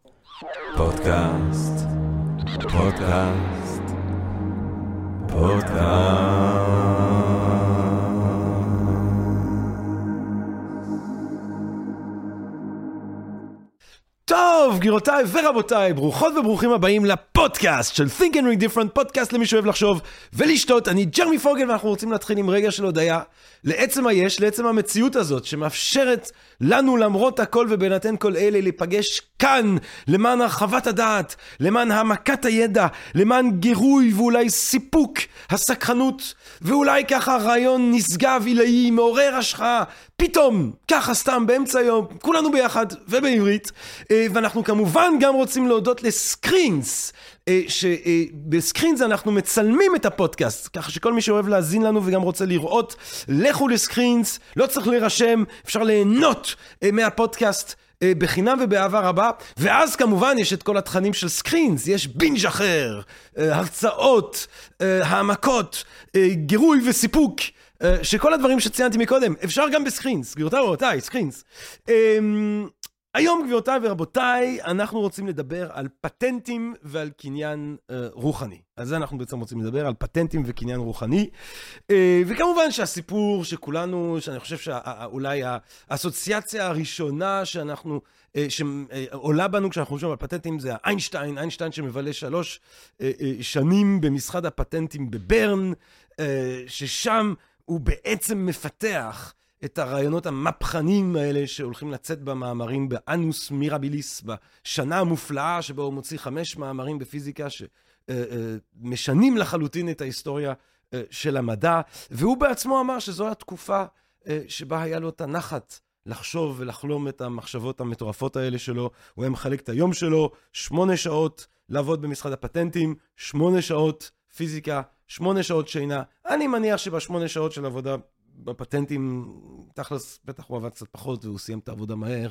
פודקאסט, פודקאסט, פודקאסט. טוב, גבירותיי ורבותיי, ברוכות וברוכים הבאים לפודקאסט של Think and Read Different, פודקאסט למי שאוהב לחשוב ולשתות. אני ג'רמי פוגל ואנחנו רוצים להתחיל עם רגע של הודעה לעצם היש, לעצם המציאות הזאת שמאפשרת לנו למרות הכל ובנתן כל אלה להיפגש כאן למען הרחבת הדעת, למען העמקת הידע, למען גירוי ואולי סיפוק הסקרנות, ואולי ככה רעיון נשגב עילאי, מעורר השחאה, פתאום, ככה סתם באמצע היום, כולנו ביחד ובעברית. ואנחנו כמובן גם רוצים להודות לסקרינס, שבסקרינס אנחנו מצלמים את הפודקאסט, ככה שכל מי שאוהב להזין לנו וגם רוצה לראות, לכו לסקרינס, לא צריך להירשם, אפשר ליהנות מהפודקאסט בחינם ובאהבה רבה. ואז כמובן יש את כל התכנים של סקרינס, יש בינג' אחר, הרצאות, העמקות, גירוי וסיפוק, שכל הדברים שציינתי מקודם, אפשר גם בסקרינס, גבירותיי ורבותיי, סקרינס. היום גבירותיי ורבותיי, אנחנו רוצים לדבר על פטנטים ועל קניין רוחני. אז זה אנחנו בעצם רוצים לדבר על פטנטים וקניין רוחני. וכמובן שהסיפור שכולנו, שאני חושב שאולי האסוציאציה הראשונה שאנחנו, שעולה בנו כשאנחנו חושבים על פטנטים, זה איינשטיין שמבלה 3 שנים במשרד הפטנטים בברן, ששם הוא בעצם מפתח את הרעיונות המפחנים האלה שהולכים לצאת במאמרים באנוס מירביליס, בשנה המופלאה שבה הוא מוציא 5 מאמרים בפיזיקה שמשנים לחלוטין את ההיסטוריה של המדע, והוא בעצמו אמר שזו התקופה שבה היה לו את הנחת לחשוב ולחלום את המחשבות המטורפות האלה שלו. הוא היה מחלק את היום שלו, 8 שעות לעבוד במשרד הפטנטים, 8 שעות פיזיקה, 8 שעות שינה. אני מניח שב8 שעות של עבודה בפטנטים, תכלס, בטח הוא עבד קצת פחות והוא סיים את העבודה מהר.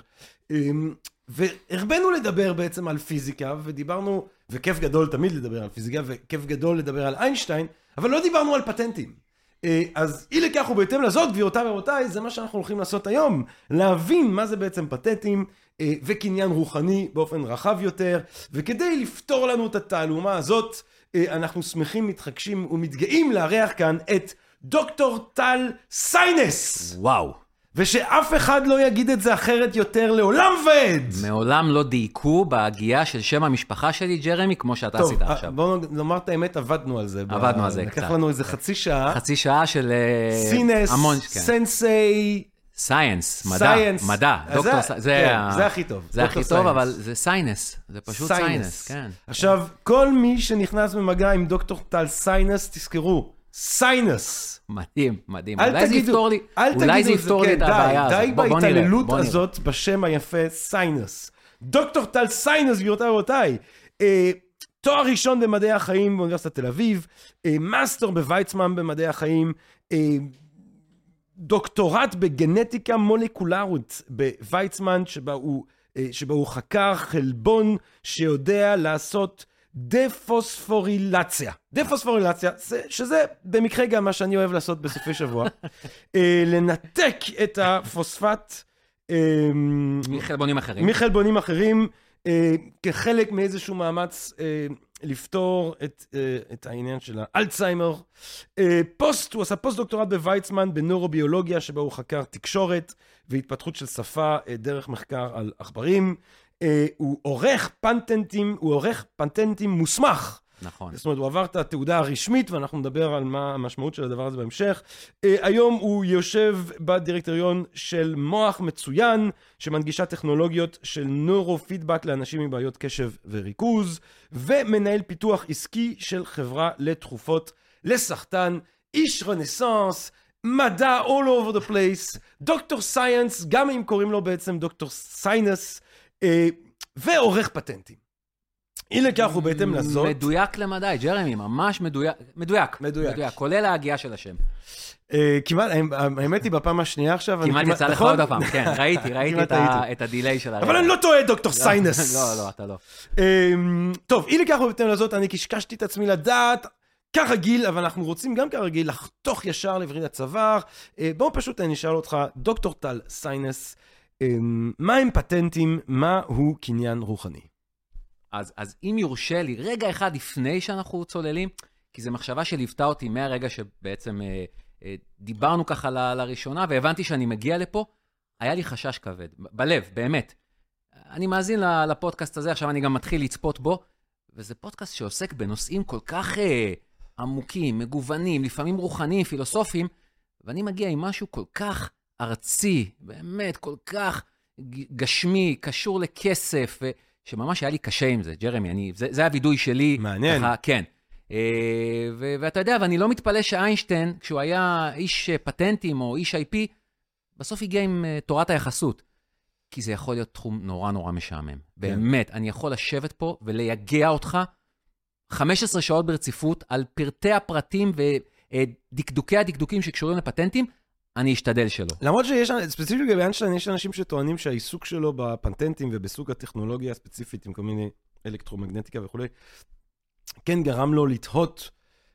והרבנו לדבר בעצם על פיזיקה, ודיברנו, וכיף גדול תמיד לדבר על פיזיקה, וכיף גדול לדבר על איינשטיין, אבל לא דיברנו על פטנטים. אז אי לכך ובהתאם לזאת, גבירותיי ורבותיי, זה מה שאנחנו הולכים לעשות היום, להבין מה זה בעצם פטנטים וקניין רוחני באופן רחב יותר, וכדי לפתור לנו את התעלומה הזאת, אנחנו שמחים, מתחגשים ומתגאים לארח כאן את דוקטור טל סיינס. וואו. ושאף אחד לא יגיד את זה אחרת יותר לעולם ועד. מעולם לא דייקו בהגייה של שם המשפחה שלי, ג'רמי, כמו שאתה עשית עכשיו. טוב, בואו נאמר את האמת, עבדנו על זה. עבדנו על זה קצת. לקח לנו איזה חצי שעה. חצי שעה של סינס, המון, סנסי. סייאנס, מדע. זה הכי טוב. זה הכי טוב, אבל זה סיינס. זה פשוט סיינס, כן. עכשיו, כל מי שנכנס במגע עם דוקטור טל סיינס, תזכרו, סיינס. מדהים. אולי זה יפתור לי את הבעיה הזאת. די בהתעללות הזאת בשם היפה סיינס. דוקטור טל סיינס, גבירותיי ורבותיי. תואר ראשון במדעי החיים באוניברסיטת תל אביב, מאסטר בוויצמן במדעי החיים, דוקטורט בגנטיקה מולקולרית בוויצמן, שבה הוא חקר חלבון שיודע לעשות דפוספורילציה, שזה במקרה גם מה שאני אוהב לעשות בסופי שבוע, לנתק את הפוספט מחלבונים אחרים, כחלק מאיזשהו מאמץ לפתור את העניין של האלצהיימר. הוא עשה פוסט דוקטורט בוויצמן בנוירוביולוגיה, שבה הוא חקר תקשורת והתפתחות של שפה דרך מחקר על עכברים. הוא עורך פטנטים מוסמך. נכון. זאת אומרת, הוא עבר את התעודה הרשמית, ואנחנו נדבר על מה המשמעות של הדבר הזה בהמשך. היום הוא יושב בדירקטוריון של מוח מצוין, שמנגישה טכנולוגיות של נוירופידבק לאנשים עם בעיות קשב וריכוז, ומנהל פיתוח עסקי של חברה לתרופות לסרטן, איש רנסנס, מדע all over the place, דוקטור סייאנס, גם אם קוראים לו בעצם דוקטור סיינס, ועורך פטנטים. אי לכך הוא בהתאם לזאת. מדויק למדי, ג'רמי, ממש מדויק, כולל ההגייה של השם. כמעט, האמת היא בפעם השנייה עכשיו. כמעט יצא לך עוד הפעם, כן, ראיתי את הדילי של הרגע. אבל אני לא טועה, דוקטור סיינס. לא, אתה לא. טוב, אי לכך הוא בהתאם לזאת, אני קשקשתי את עצמי לדעת, כרגיל, אבל אנחנו רוצים גם כרגיל לחתוך ישר לווריד הצוואר. בואו פשוט אני אשאל אותך, דוקטור טל סיינס, מה הם פטנטים, מה הוא קניין רוחני? אז אם יורשה לי, רגע אחד לפני שאנחנו צוללים, כי זו מחשבה שליוותה אותי מהרגע שבעצם דיברנו ככה לראשונה, והבנתי שאני מגיע לפה, היה לי חשש כבד, בלב, באמת. אני מאזין לפודקאסט הזה, עכשיו אני גם מתחיל לצפות בו, וזה פודקאסט שעוסק בנושאים כל כך עמוקים, מגוונים, לפעמים רוחניים, פילוסופיים, ואני מגיע עם משהו כל כך ארצי, באמת כל כך גשמי, קשור לכסף, שממש היה לי קשה עם זה, ג'רמי, זה הווידוי שלי. מעניין. ככה, כן. ואתה יודע, ואני לא מתפלא שאיינשטיין, כשהוא היה איש פטנטים או איש IP, בסוף הגיע עם תורת היחסות. כי זה יכול להיות תחום נורא נורא משעמם. באמת, אני יכול לשבת פה ולייגע אותך 15 שעות ברציפות על פרטי הפרטים ודקדוקי הדקדוקים שקשורים לפטנטים, אני אשתדל שלו. למרות שיש, ספציפית לגבי איינשטיין, יש אנשים שטוענים שהעיסוק שלו בפטנטים ובסוג הטכנולוגיה הספציפית, עם כל מיני אלקטרומגנטיקה וכו', כן גרם לו לתהות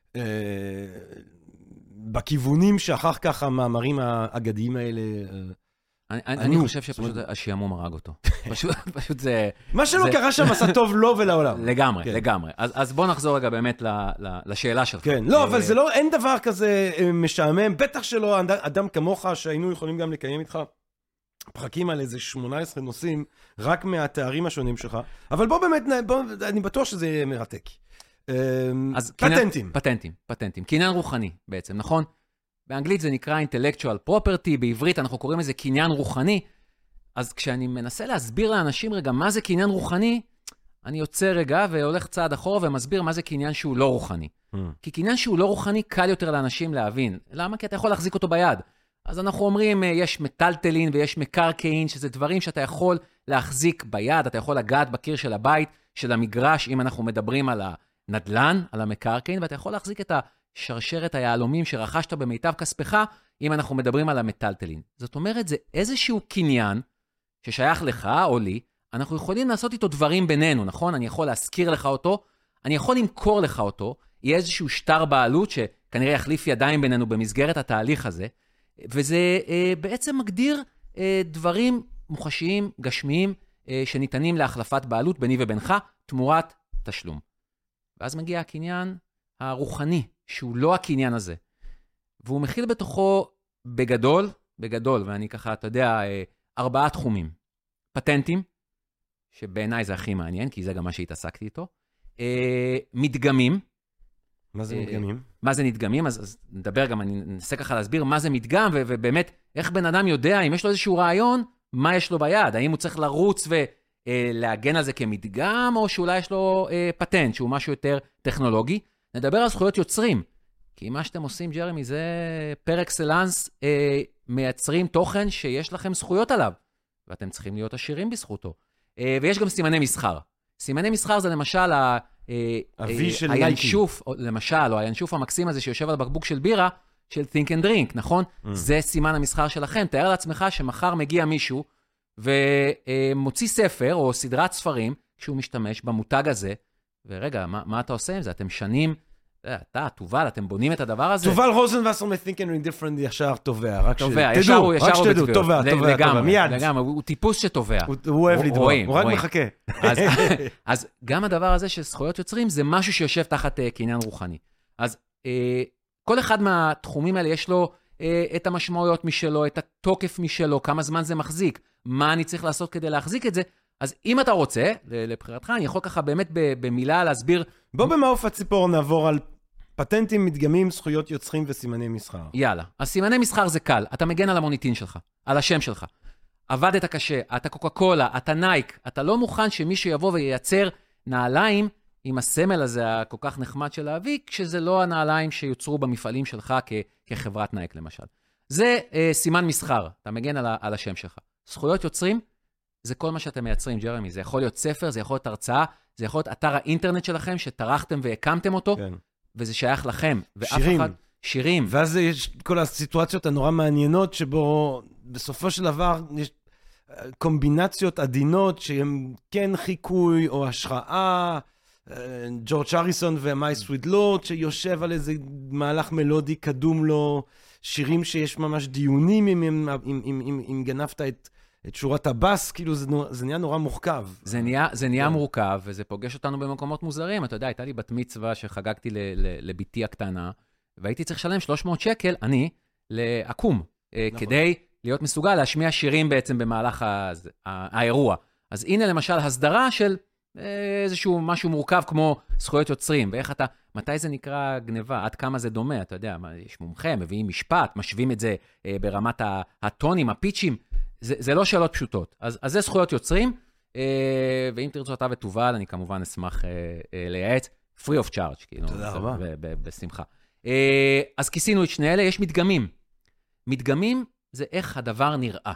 בכיוונים שאחר כך המאמרים האגדיים האלה... אני חושב שפשוט השעמום הרג אותו. פשוט זה... מה שלא קרה שם עשה טוב לו ולעולם. לגמרי, לגמרי. אז בוא נחזור רגע באמת לשאלה שלך. כן, לא, אבל זה לא, אין דבר כזה משעמם, בטח שלא אדם כמוך שהיינו יכולים גם לקיים איתך פרקים על איזה 18 נושאים, רק מהתארים השונים שלך. אבל בוא באמת, אני בטוח שזה יהיה מרתק. פטנטים. קניין רוחני בעצם, נכון? באנגלית זה נקרא intellectual property, בעברית אנחנו קוראים לזה קניין רוחני, אז כשאני מנסה להסביר לאנשים רגע מה זה קניין רוחני, אני יוצא רגע והולך צעד אחורה ומסביר מה זה קניין שהוא לא רוחני. כי קניין שהוא לא רוחני קל יותר לאנשים להבין. למה? כי אתה יכול להחזיק אותו ביד. אז אנחנו אומרים, יש מטלטלין ויש מקרקעין, שזה דברים שאתה יכול להחזיק ביד, אתה יכול לגעת בקיר של הבית, של המגרש, אם אנחנו מדברים על הנדלן, על המקרקעין, ואתה יכול להחזיק את שרשרת היהלומים שרכשת במיטב כספך, אם אנחנו מדברים על המטלטלין. זאת אומרת, זה איזשהו קניין ששייך לך או לי, אנחנו יכולים לעשות איתו דברים בינינו, נכון? אני יכול להזכיר לך אותו, אני יכול למכור לך אותו, יהיה איזשהו שטר בעלות שכנראה יחליף ידיים בינינו במסגרת התהליך הזה, וזה בעצם מגדיר דברים מוחשיים, גשמיים, שניתנים להחלפת בעלות ביני ובינך, תמורת תשלום. ואז מגיע הקניין הרוחני, שהוא לא הקניין הזה. והוא מכיל בתוכו בגדול, ואני ככה, אתה יודע, 4 תחומים. פטנטים, שבעיניי זה הכי מעניין, כי זה גם מה שהתעסקתי איתו. מדגמים. מה זה מדגמים? מה זה מדגמים? אז נדבר גם, אני אנסה ככה להסביר מה זה מדגם, ובאמת, איך בן אדם יודע, אם יש לו איזשהו רעיון, מה יש לו ביד? האם הוא צריך לרוץ ולהגן על זה כמדגם, או שאולי יש לו פטנט, שהוא משהו יותר טכנולוגי. נדבר על זכויות יוצרים, כי מה שאתם עושים, ג'רמי, זה פר אקסלנס, מייצרים תוכן שיש לכם זכויות עליו, ואתם צריכים להיות עשירים בזכותו. ויש גם סימני מסחר. סימני מסחר זה למשל הינשוף, למשל, או הינשוף המקסים הזה שיושב על בקבוק של בירה, של Think and Drink, נכון? זה סימן המסחר שלכם. תאר לעצמך שמחר מגיע מישהו, ומוציא ספר או סדרת ספרים, כשהוא משתמש במותג הזה, ורגע, מה אתה עושה עם זה? אתם שנים, אתה, תובל, אתם בונים את הדבר הזה? תובל רוזנבסר מ-Think and Ring Different ישר תובע, תובע, ישר הוא בתביעות. תובע, מיד. לגמרי, הוא טיפוס שתובע. הוא אוהב לדבר, הוא רק מחכה. אז גם הדבר הזה של זכויות יוצרים, זה משהו שיושב תחת קניין רוחני. אז כל אחד מהתחומים האלה יש לו את המשמעויות משלו, את התוקף משלו, כמה זמן זה מחזיק, מה אני צריך לעשות כדי להחזיק את זה, אז אם אתה רוצה, לבחירתך, אני יכול ככה באמת במילה להסביר... בוא במעוף הציפור נעבור על פטנטים, מדגמים, זכויות יוצרים וסימני מסחר. יאללה. אז סימני מסחר זה קל. אתה מגן על המוניטין שלך, על השם שלך. עבדת קשה, אתה קוקה קולה, אתה נייק, אתה לא מוכן שמישהו יבוא וייצר נעליים עם הסמל הזה הכל כך נחמד של האבי, כשזה לא הנעליים שיוצרו במפעלים שלך כחברת נייק למשל. זה סימן מסחר, אתה מגן על השם שלך. זכויות יוצרים, זה כל מה שאתם מייצרים, ג'רמי. זה יכול להיות ספר, זה יכול להיות הרצאה, זה יכול להיות אתר האינטרנט שלכם, שטרחתם והקמתם אותו, כן. וזה שייך לכם. שירים. ואז יש כל הסיטואציות הנורא מעניינות, שבו בסופו של דבר יש קומבינציות עדינות, שהן כן חיקוי או השראה, ג'ורג' הריסון ו-My Sweet Lord, שיושב על איזה מהלך מלודי קדום לו, שירים שיש ממש דיונים אם גנבת את שורת הבאס, כאילו זה נהיה נורא מורכב. זה נהיה מורכב, וזה פוגש אותנו במקומות מוזרים. אתה יודע, הייתה לי בת מצווה שחגגתי לביתי הקטנה, והייתי צריך לשלם 300 שקל, אני, לעקום, כדי להיות מסוגל להשמיע שירים בעצם במהלך האירוע. אז הנה למשל הסדרה של איזשהו משהו מורכב כמו זכויות יוצרים, מתי זה נקרא גניבה, עד כמה זה דומה, אתה יודע, יש מומחה, מביאים משפט, משווים את זה ברמת הטונים, הפיצ'ים, זה לא שאלות פשוטות. אז זה זכויות יוצרים, ואם תרצו אותה ותובל, אני כמובן אשמח לייעץ, free of charge, כאילו, תודה רבה. בשמחה. אז כיסינו את שני אלה, יש מדגמים. מדגמים זה איך הדבר נראה.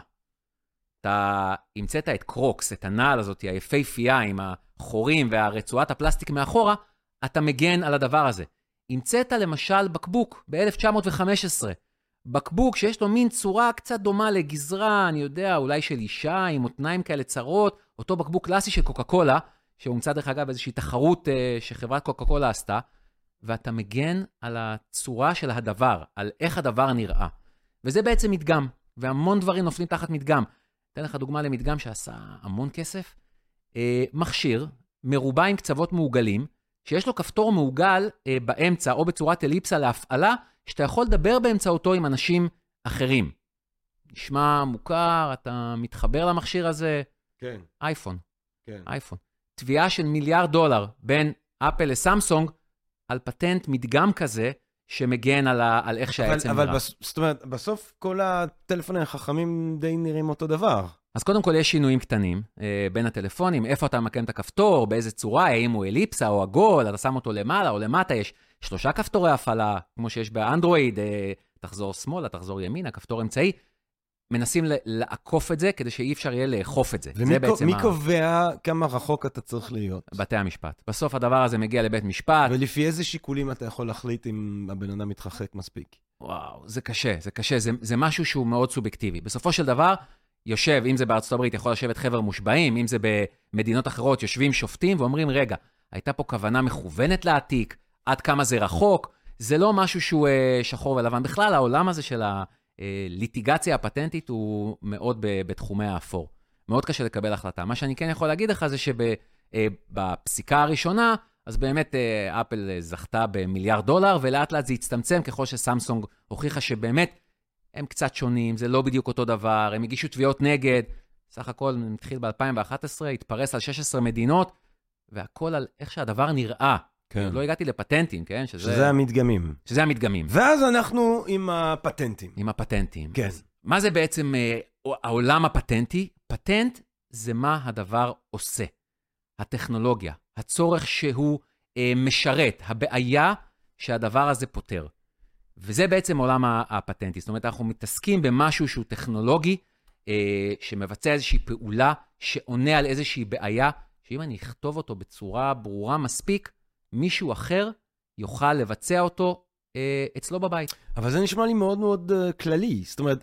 אתה המצאת את קרוקס, את הנעל הזאת, היפהפייה עם החורים והרצועת הפלסטיק מאחורה, אתה מגן על הדבר הזה. המצאת למשל בקבוק ב-1915, בקבוק שיש לו מין צורה קצת דומה לגזרה, אני יודע, אולי של אישה עם מותניים כאלה צרות, אותו בקבוק קלאסי של קוקה קולה, שהומצא דרך אגב איזושהי תחרות שחברת קוקה קולה עשתה, ואתה מגן על הצורה של הדבר, על איך הדבר נראה. וזה בעצם מדגם, והמון דברים נופלים תחת מדגם. אתן לך דוגמה למדגם שעשה המון כסף. מכשיר, מרובע עם קצוות מעוגלים, שיש לו כפתור מעוגל באמצע או בצורת אליפסה להפעלה, שאתה יכול לדבר באמצעותו עם אנשים אחרים. נשמע מוכר, אתה מתחבר למכשיר הזה. כן. אייפון. כן. אייפון. תביעה של $1 מיליארד בין אפל לסמסונג, על פטנט מדגם כזה, שמגן על איך שהעצם נראה. אבל זאת אומרת, בסוף כל הטלפונים החכמים די נראים אותו דבר. אז קודם כל יש שינויים קטנים בין הטלפונים, איפה אתה מקם את הכפתור, באיזה צורה, האם הוא אליפסה או עגול, אתה שם אותו למעלה או למטה, יש 3 כפתורי הפעלה, כמו שיש באנדרואיד, תחזור שמאלה, תחזור ימינה, כפתור אמצעי, מנסים לעקוף את זה, כדי שאי אפשר יהיה לאכוף את זה. ומי קובע כמה רחוק אתה צריך להיות? בתי המשפט. בסוף הדבר הזה מגיע לבית משפט. ולפי איזה שיקולים אתה יכול להחליט אם הבן אדם מתרחק מספיק? וואו, זה קשה, זה קשה, זה משהו שהוא מאוד סובייקטיבי. בסופו של דבר, יושב, אם זה בארצות הברית, יכול לשבת חבר מושבעים, אם זה במדינות אחרות, יושבים שופטים ואומרים, רגע, הייתה פה כוונה מכוונת להעתיק, עד כמה זה רחוק, זה לא משהו שהוא שחור ולבן. בכלל, העולם הזה של הליטיגציה הפטנטית הוא מאוד בתחומי האפור. מאוד קשה לקבל החלטה. מה שאני כן יכול להגיד לך זה שבפסיקה הראשונה, אז באמת אפל זכתה ב$1 מיליארד, ולאט לאט זה הצטמצם ככל שסמסונג הוכיחה שבאמת הם קצת שונים, זה לא בדיוק אותו דבר, הם הגישו תביעות נגד, סך הכל מתחיל ב-2011, התפרס על 16 מדינות, והכל על איך שהדבר נראה. כן. לא הגעתי לפטנטים, כן? שזה המדגמים. שזה המדגמים. ואז אנחנו עם הפטנטים. עם הפטנטים. כן. מה זה בעצם העולם הפטנטי? פטנט זה מה הדבר עושה. הטכנולוגיה, הצורך שהוא משרת, הבעיה שהדבר הזה פותר. וזה בעצם עולם הפטנטי. זאת אומרת, אנחנו מתעסקים במשהו שהוא טכנולוגי, שמבצע איזושהי פעולה, שעונה על איזושהי בעיה, שאם אני אכתוב אותו בצורה ברורה מספיק, מישהו אחר יוכל לבצע אותו אצלו בבית. אבל זה נשמע לי מאוד מאוד כללי. זאת אומרת,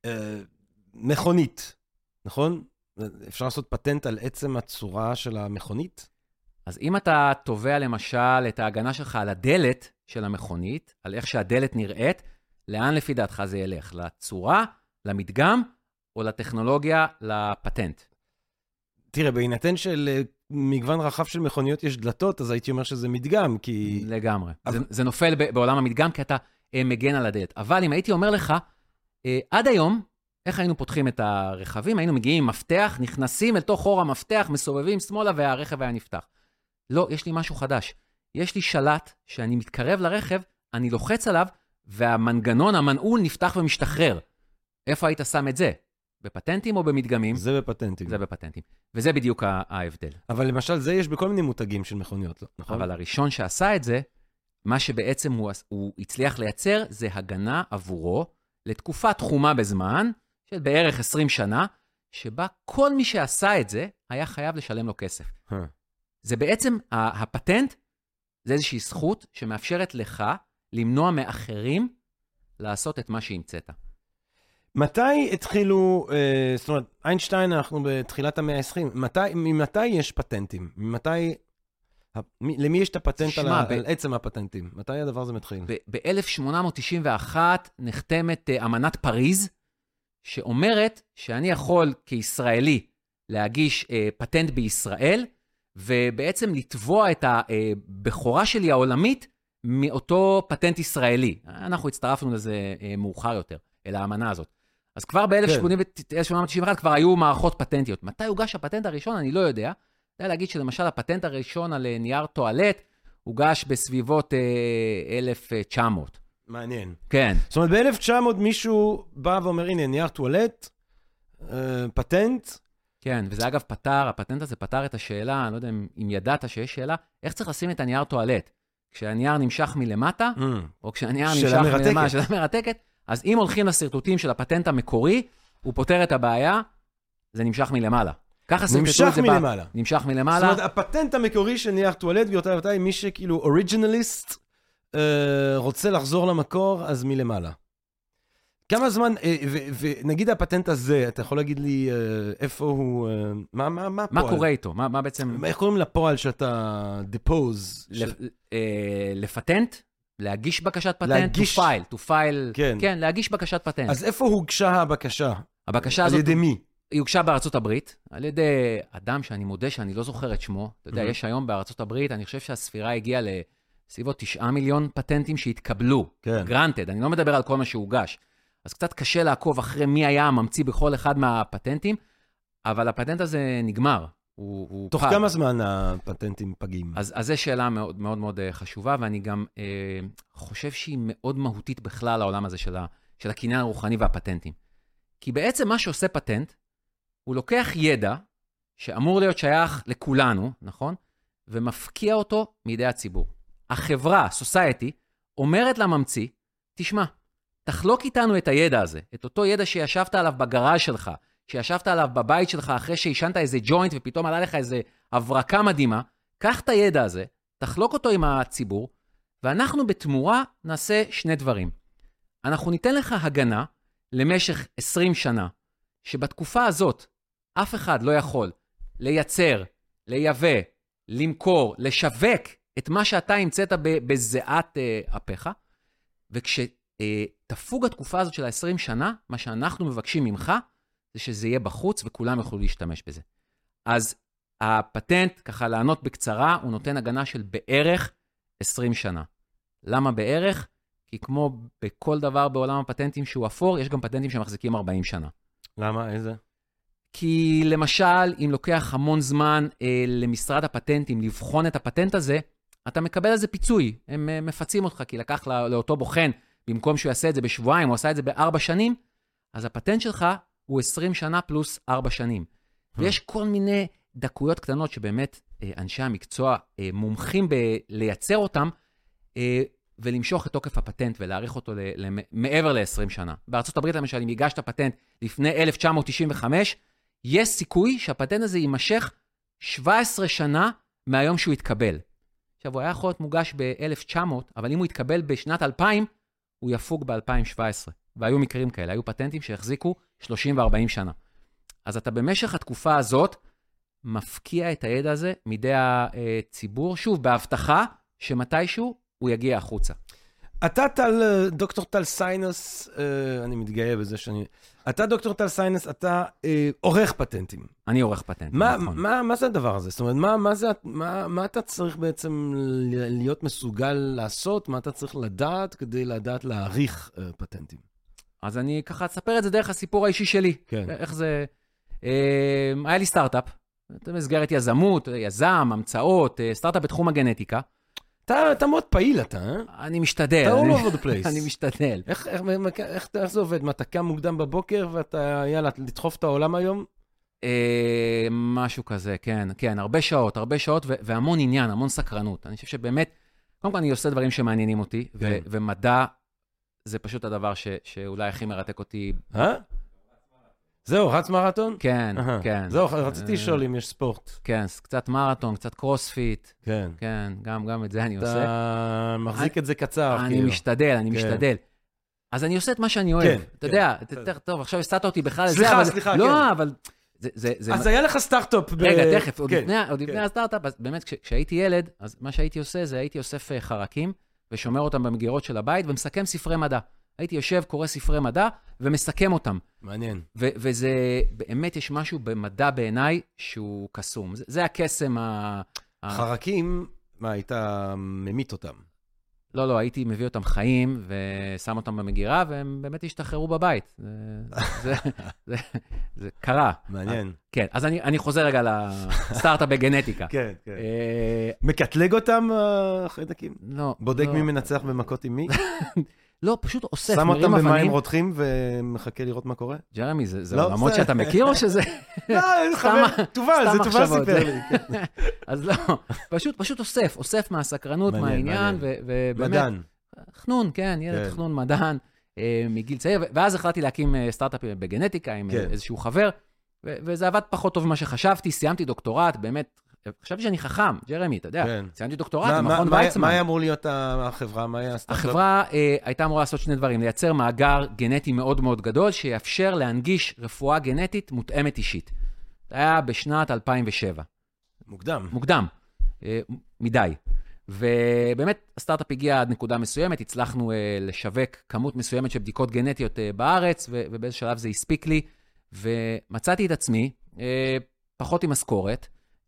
מכונית, נכון? אפשר לעשות פטנט על עצם הצורה של המכונית? אז אם אתה תובע למשל את ההגנה שלך על הדלת של המכונית, על איך שהדלת נראית, לאן לפי דעתך זה ילך? לצורה, למדגם, או לטכנולוגיה, לפטנט? תראה, בהינתן של מגוון רחב של מכוניות יש דלתות, אז הייתי אומר שזה מדגם, כי... לגמרי. זה נופל בעולם המדגם, כי אתה מגן על הדלת. אבל אם הייתי אומר לך, עד היום, איך היינו פותחים את הרכבים? היינו מגיעים עם מפתח, נכנסים אל תוך חור המפתח, מסובבים שמאלה, והרכב היה נפתח. לא, יש לי משהו חדש. יש לי שלט שאני מתקרב לרכב, אני לוחץ עליו, והמנגנון, המנעול, נפתח ומשתחרר. איפה היית שם את זה? בפטנטים או במדגמים? זה בפטנטים. זה בפטנטים. וזה בדיוק ההבדל. אבל למשל, זה יש בכל מיני מותגים של מכוניות, לא? נכון? אבל הראשון שעשה את זה, מה שבעצם הוא הצליח לייצר, זה הגנה עבורו, לתקופה תחומה בזמן, של בערך 20 שנה, שבה כל מי שעשה את זה, היה חייב לשלם לו כסף. זה בעצם, הפטנט, זה איזושהי זכות שמאפשרת לך למנוע מאחרים לעשות את מה שהמצאת. מתי התחילו, זאת אומרת, איינשטיין, אנחנו בתחילת המאה ה-20, ממתי יש פטנטים? למי יש את הפטנט על עצם הפטנטים? מתי הדבר הזה מתחיל? ב-1891 נחתמת אמנת פריז, שאומרת שאני יכול כישראלי להגיש פטנט בישראל, ובעצם לתבוע את הבכורה שלי העולמית מאותו פטנט ישראלי. אנחנו הצטרפנו לזה מאוחר יותר, אל האמנה הזאת. אז כבר ב-1891 כבר היו מערכות פטנטיות. מתי הוגש הפטנט הראשון? אני לא יודע. אני יודע להגיד שלמשל הפטנט הראשון על נייר טואלט, הוגש בסביבות 1900. מעניין. כן. זאת אומרת, ב-1900 מישהו בא ואומר, הנה, נייר טואלט, פטנט. כן, וזה אגב פתר, הפטנט הזה פתר את השאלה, אני לא יודע אם ידעת שיש שאלה, איך צריך לשים את הנייר טואלט? כשהנייר נמשך מלמטה, או כשהנייר נמשך מלמטה, שאלה מרתקת, אז אם הולכים לסרטוטים של הפטנט המקורי, הוא פותר את הבעיה, זה נמשך מלמעלה. ככה סרטטו את זה מלמעלה. נמשך מלמעלה. זאת אומרת, הפטנט המקורי של נייר טואלט, גבירותיי, מי שכאילו אוריג'ינליסט, רוצה לחזור למקור, אז מלמעלה. כמה זמן, ונגיד הפטנט הזה, אתה יכול להגיד לי איפה הוא, מה פועל? מה קורה איתו? מה בעצם... איך קוראים לפועל שאתה דפוז? לפטנט? להגיש בקשת פטנט? to file. כן, להגיש בקשת פטנט. אז איפה הוגשה הבקשה? הבקשה הזאת... על ידי מי? היא הוגשה בארצות הברית, על ידי אדם שאני מודה שאני לא זוכר את שמו. אתה יודע, יש היום בארצות הברית, אני חושב שהספירה הגיעה לסביבות 9 מיליון פטנטים שהתקבלו. granted, אני לא מדבר על כל מה שהוגש. אז קצת קשה לעקוב אחרי מי היה הממציא בכל אחד מהפטנטים, אבל הפטנט הזה נגמר. תוך כמה זמן הפטנטים פגים? אז זו שאלה מאוד מאוד מאוד חשובה, ואני גם חושב שהיא מאוד מהותית בכלל העולם הזה של הקניין הרוחני והפטנטים. כי בעצם מה שעושה פטנט, הוא לוקח ידע שאמור להיות שייך לכולנו, נכון? ומפקיע אותו מידי הציבור. החברה, society, אומרת לממציא, תשמע, תחלוק איתנו את הידע הזה, את אותו ידע שישבת עליו בגראז' שלך, שישבת עליו בבית שלך אחרי שישנת איזה ג'וינט ופתאום עלה לך איזה הברקה מדהימה, קח את הידע הזה, תחלוק אותו עם הציבור, ואנחנו בתמורה נעשה שני דברים. אנחנו ניתן לך הגנה למשך 20 שנה, שבתקופה הזאת אף אחד לא יכול לייצר, לייבא, למכור, לשווק את מה שאתה המצאת בזיעת אפיך, וכשתפוג התקופה הזאת של 20 שנה, מה שאנחנו מבקשים ממך, זה שזה יהיה בחוץ וכולם יוכלו להשתמש בזה. אז הפטנט, ככה לענות בקצרה, הוא נותן הגנה של בערך 20 שנה. למה בערך? כי כמו בכל דבר בעולם הפטנטים שהוא אפור, יש גם פטנטים שמחזיקים 40 שנה. למה? איזה? כי למשל, אם לוקח המון זמן למשרד הפטנטים לבחון את הפטנט הזה, אתה מקבל איזה פיצוי. הם מפצים אותך, כי לקח לאותו בוחן, במקום שהוא יעשה את זה בשבועיים, הוא עשה את זה ב4 שנים, אז הפטנט שלך הוא 20 שנה פלוס 4 שנים. ויש כל מיני דקויות קטנות שבאמת אנשי המקצוע מומחים לייצר אותם, ולמשוך את תוקף הפטנט ולהאריך אותו מעבר ל-20 שנה. בארצות הברית, למשל, אם הגשת פטנט לפני 1995, יש סיכוי שהפטנט הזה יימשך 17 שנה מהיום שהוא התקבל. עכשיו, הוא היה יכול להיות מוגש ב-1900, אבל אם הוא התקבל בשנת 2000, הוא יפוג ב-2017. והיו מקרים כאלה, היו פטנטים שהחזיקו 30 ו-40 שנה. אז אתה במשך התקופה הזאת, מפקיע את הידע הזה מידי הציבור, שוב, בהבטחה שמתישהו הוא יגיע החוצה. אתה דוקטור טל סיינס, אני מתגאה בזה אתה דוקטור טל סיינס, אתה עורך פטנטים. אני עורך פטנטים, נכון. מה זה הדבר הזה? זאת אומרת, מה אתה צריך בעצם להיות מסוגל לעשות? מה אתה צריך לדעת כדי לדעת להעריך פטנטים? אז אני ככה אספר את זה דרך הסיפור האישי שלי. כן. איך זה... היה לי סטארט-אפ, במסגרת יזמות, יזם, המצאות, סטארט-אפ בתחום הגנטיקה. אתה מאוד פעיל, אתה, אני משתדל. אתה all over the place. אני משתדל. איך זה עובד? מה, אתה קם מוקדם בבוקר ואתה, יאללה, לדחוף את העולם היום? משהו כזה, כן, כן, הרבה שעות והמון עניין, המון סקרנות. אני חושב שבאמת, קודם כל אני עושה דברים שמעניינים אותי, ומדע זה פשוט הדבר שאולי הכי מרתק אותי. זהו, רץ מרתון? כן, כן. זהו, רציתי לשאול אם יש ספורט. כן, קצת מרתון, קצת קרוספיט. כן. כן, גם את זה אני עושה. אתה מחזיק את זה קצר. אני משתדל. אז אני עושה את מה שאני אוהב. אתה יודע, טוב, עכשיו הסתת אותי בכלל לזה. סליחה, כן. לא, אבל... אז היה לך סטארט-אפ. רגע, תכף, עוד לפני הסטארט-אפ, אז באמת, כשהייתי ילד, אז מה שהייתי עושה זה הייתי אוסף חרקים, ושומר אותם במגירות של הבית, ומסכם ספרי מדע. הייתי יושב, קורא ספרי מדע, ומסכם אותם. מעניין. וזה, באמת יש משהו במדע בעיניי, שהוא קסום. זה הקסם חרקים, מה, היית ממית אותם? לא, הייתי מביא אותם חיים, ושם אותם במגירה, והם באמת השתחררו בבית. זה קרה. מעניין. כן, אז אני חוזר רגע לסטארט-אפ בגנטיקה. כן, כן. מקטלג אותם, החיידקים? לא. בודק מי מנצח במכות עם מי? לא, פשוט אוסף, שם אותם במים רותחים ומחכה לראות מה קורה? ג'רמי, זה עולמות שאתה מכיר או שזה... לא, תובל, זה תובל סיפר לי. אז לא, פשוט אוסף מהסקרנות, מהעניין, ובאמת... מדען. חנון, כן, ילד חנון, מדען, מגיל צעיר, ואז החלטתי להקים סטארט-אפ בגנטיקה עם איזשהו חבר, וזה עבד פחות טוב ממה שחשבתי, סיימתי דוקטורט, באמת, חשבתי שאני חכם, ג'רמי, אתה יודע, סיימתי דוקטורט במכון ויצמן. מה היה אמור להיות החברה? מה היה הסטארט-אפ? החברה הייתה אמורה לעשות שני דברים, לייצר מאגר גנטי מאוד מאוד גדול, שיאפשר להנגיש רפואה גנטית מותאמת אישית. זה היה בשנת 2007. מוקדם, מדי. ובאמת, הסטארט-אפ הגיע עד נקודה מסוימת, הצלחנו לשווק כמות מסוימת של בדיקות גנטיות בארץ, ובאיזה שלב זה הספיק לי, ומצאתי את עצמי, פחות עם משכורת,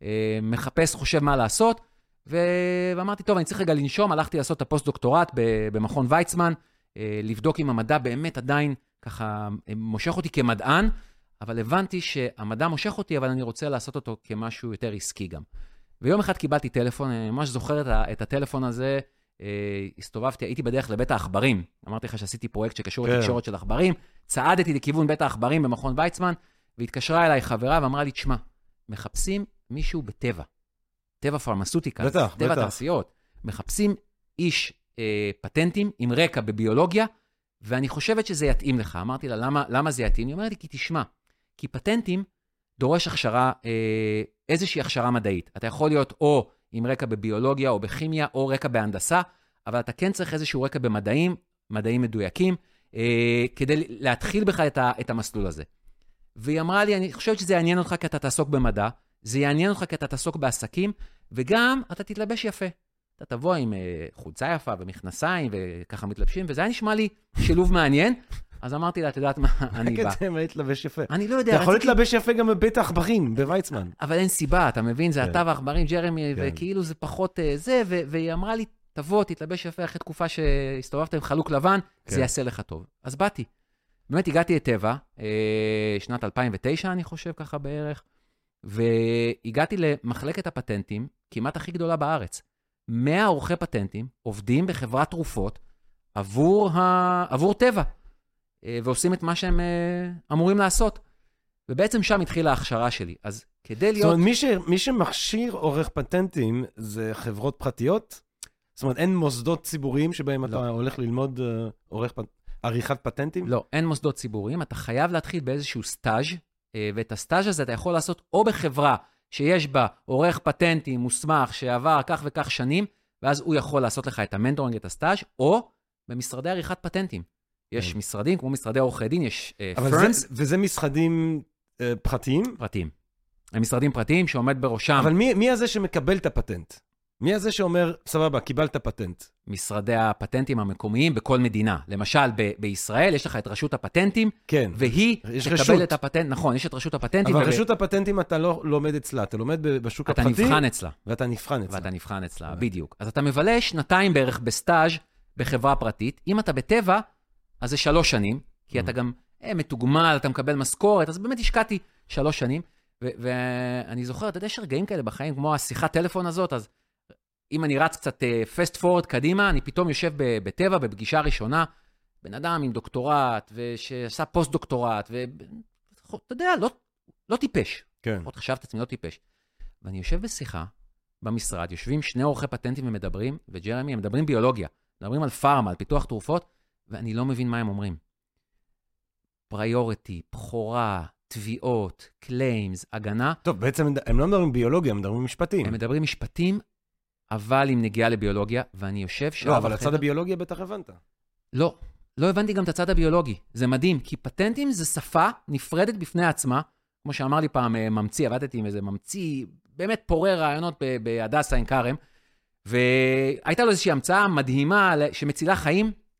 מחפש, חושב מה לעשות, ואמרתי, טוב, אני צריך רגע לנשום, הלכתי לעשות את הפוסט-דוקטורט במכון ויצמן, לבדוק אם המדע באמת עדיין ככה מושך אותי כמדען, אבל הבנתי שהמדע מושך אותי, אבל אני רוצה לעשות אותו כמשהו יותר עסקי גם. ויום אחד קיבלתי טלפון, אני ממש זוכר את הטלפון הזה, הסתובבתי, הייתי בדרך לבית העכברים, אמרתי לך שעשיתי פרויקט שקשור לתקשורת של עכברים, צעדתי לכיוון בית העכברים במכון ויצמן, והתקשרה אליי חברה ואמרה לי, תשמע, מחפשים מישהו בטבע, טבע פרמסוטיקה, טבע תעשיות, מחפשים איש פטנטים עם רקע בביולוגיה, ואני חושבת שזה יתאים לך. אמרתי לה, למה זה יתאים? היא אומרת לי, כי תשמע, כי פטנטים דורש הכשרה, איזושהי הכשרה מדעית. אתה יכול להיות או עם רקע בביולוגיה או בכימיה, או רקע בהנדסה, אבל אתה כן צריך איזשהו רקע במדעים, מדעים מדויקים, כדי להתחיל בכלל את המסלול הזה. והיא אמרה לי, אני חושבת שזה יעניין אותך כי אתה תעסוק במדע, זה יעניין אותך כי אתה תעסוק בעסקים, וגם אתה תתלבש יפה. אתה תבוא עם חולצה יפה ומכנסיים וככה מתלבשים, וזה היה נשמע לי שילוב מעניין, אז אמרתי לה, את יודעת מה, אני בא. רק אתה להתלבש יפה. אני לא יודע. אתה יכול להתלבש יפה גם בבית העכברים, בוויצמן. אבל אין סיבה, אתה מבין, זה אתה והעכברים, ג'רמי, וכאילו זה פחות זה, והיא אמרה לי, תבוא, תתלבש יפה אחרי תקופה שהסתובבת עם חלוק לבן, זה יעשה לך טוב. אז באתי. באמת הגעתי לטבע, שנת 2009 אני חושב ככה בערך, והגעתי למחלקת הפטנטים, כמעט הכי גדולה בארץ. 100 עורכי פטנטים עובדים בחברת תרופות עבור טבע, ועושים את מה שהם אמורים לעשות. ובעצם שם התחילה ההכשרה שלי. אז כדי להיות... זאת אומרת, מי שמכשיר עורך פטנטים זה חברות פרטיות? זאת אומרת, אין מוסדות ציבוריים שבהם אתה הולך ללמוד עריכת פטנטים? לא, אין מוסדות ציבוריים. אתה חייב להתחיל באיזשהו סטאז', ואת הסטאז' הזה אתה יכול לעשות או בחברה שיש בה עורך פטנטים מוסמך שעבר כך וכך שנים, ואז הוא יכול לעשות לך את המנטורינג, את הסטאז', או במשרדי עריכת פטנטים. יש משרדים, כמו משרדי עורכי דין, יש פרמס. וזה משרדים פרטיים? פרטיים. הם משרדים פרטיים שעומד בראשם. אבל מי הזה שמקבל את הפטנט? מי הזה שאומר, סבבה, קיבלת פטנט? משרדי הפטנטים המקומיים בכל מדינה. למשל, בישראל יש לך את רשות הפטנטים, כן, והיא תקבל את הפטנט, נכון, יש את רשות הפטנטים. אבל רשות הפטנטים אתה לא לומד אצלה, אתה לומד בשוק הפרטי. אתה נבחן אצלה. ואתה נבחן אצלה. בדיוק. אז אתה מבלה 2 בערך בסטאז' בחברה פרטית. אם אתה בטבע, אז זה 3 שנים, כי אתה גם מתוגמל, אתה מקבל משכורת, אז באמת השקעתי 3 שנים, ואני זוכר, אתה יודע, יש רגעים כאלה בחיים, כמו השיחת טלפון הזאת, אז אם אני רץ קצת פסט פורד קדימה, אני פתאום יושב בטבע, בפגישה ראשונה, בן אדם עם דוקטורט, ושעשה פוסט דוקטורט, ואתה יודע, לא טיפש. כן. עוד חשבת עצמי, לא טיפש. ואני יושב בשיחה, במשרד, יושבים 2 עורכי פטנטים ומדברים, וג'רמי, הם מדברים ביולוגיה, מדברים על פארמה, על פיתוח תרופות, ואני לא מבין מה הם אומרים. פריוריטי, בחורה, תביעות, קליימס, הגנה. טוב, בעצם הם לא מדברים ביולוגיה, הם מדברים משפטים. הם מדברים משפטים, אבל עם נגיעה לביולוגיה, ואני יושב שעה לא, אבל הצד הביולוגיה בטח הבנת. לא הבנתי גם את הצד הביולוגי. זה מדהים, כי פטנטים זה שפה נפרדת בפני עצמה, כמו שאמר לי פעם ממציא, עבדתי עם איזה ממציא, באמת פורה רעיונות בהדסה עין כרם, והייתה לו איזושהי המצאה מדהימה שמצילה חיים,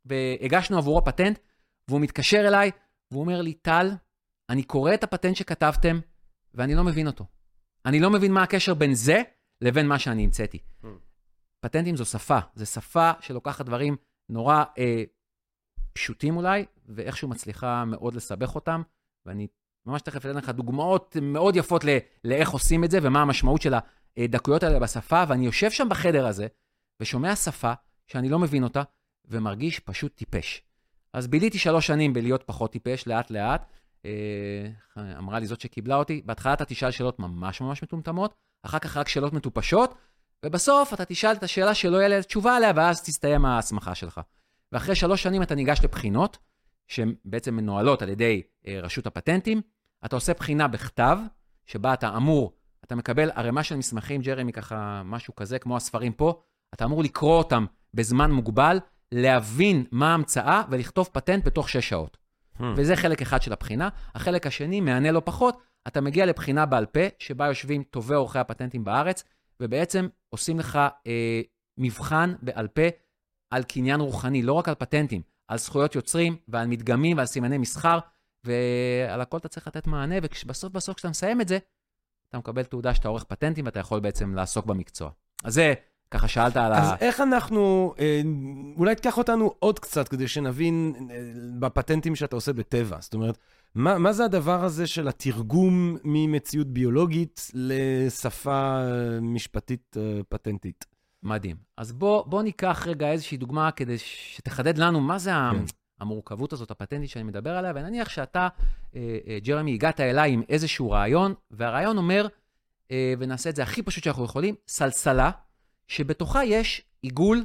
והגשנו עבורו פטנט, והוא מתקשר אליי, והוא אומר לי, טל, אני קורא את הפטנט שכתבתם, ואני לא מבין אותו. אני לא מבין מה הקשר בין זה לבין מה שאני המצאתי. פטנטים זו שפה. זו שפה שלוקחת דברים נורא פשוטים אולי, ואיכשהו מצליחה מאוד לסבך אותם, ואני ממש תכף אתן לך דוגמאות מאוד יפות לאיך עושים את זה, ומה המשמעות של הדקויות האלה בשפה, ואני יושב שם בחדר הזה, ושומע שפה שאני לא מבין אותה, ומרגיש פשוט טיפש. אז ביליתי 3 שנים בלהיות פחות טיפש, לאט לאט, אמרה לי זאת שקיבלה אותי, בהתחלה אתה תשאל שאלות ממש ממש מטומטמות, אחר כך רק שאלות מטופשות, ובסוף אתה תשאל את השאלה שלא יהיה לה תשובה עליה, ואז תסתיים ההסמכה שלך. ואחרי 3 שנים אתה ניגש לבחינות, שהן בעצם מנוהלות על ידי רשות הפטנטים, אתה עושה בחינה בכתב, שבה אתה אמור, אתה מקבל ערימה של מסמכים, ג'רמי ככה משהו כזה, כמו הספרים פה, אתה אמור לקרוא אותם בזמן מוגבל, להבין מה ההמצאה ולכתוב פטנט בתוך 6 שעות. וזה חלק אחד של הבחינה. החלק השני, מענה לא פחות, אתה מגיע לבחינה בעל פה, שבה יושבים טובי עורכי הפטנטים בארץ, ובעצם עושים לך מבחן בעל פה על קניין רוחני, לא רק על פטנטים, על זכויות יוצרים ועל מדגמים ועל סימני מסחר, ועל הכל אתה צריך לתת מענה, ובסוף כשאתה מסיים את זה, אתה מקבל תעודה שאתה עורך פטנטים, ואתה יכול בעצם לעסוק במקצוע. אז זה, ככה שאלת על אז איך אנחנו, אולי תקח אותנו עוד קצת, כדי שנבין בפטנטים שאתה עושה בטבע. זאת אומרת, מה זה הדבר הזה של התרגום ממציאות ביולוגית לשפה משפטית פטנטית? מדהים. אז בוא ניקח רגע איזושהי דוגמה, כדי שתחדד לנו מה זה המורכבות הזאת, הפטנטית שאני מדבר עליה, ונניח שאתה, ג'רמי, הגעת אליי עם איזשהו רעיון, והרעיון אומר, ונעשה את זה הכי פשוט שאנחנו יכולים, סלסלה, שבתוכה יש עיגול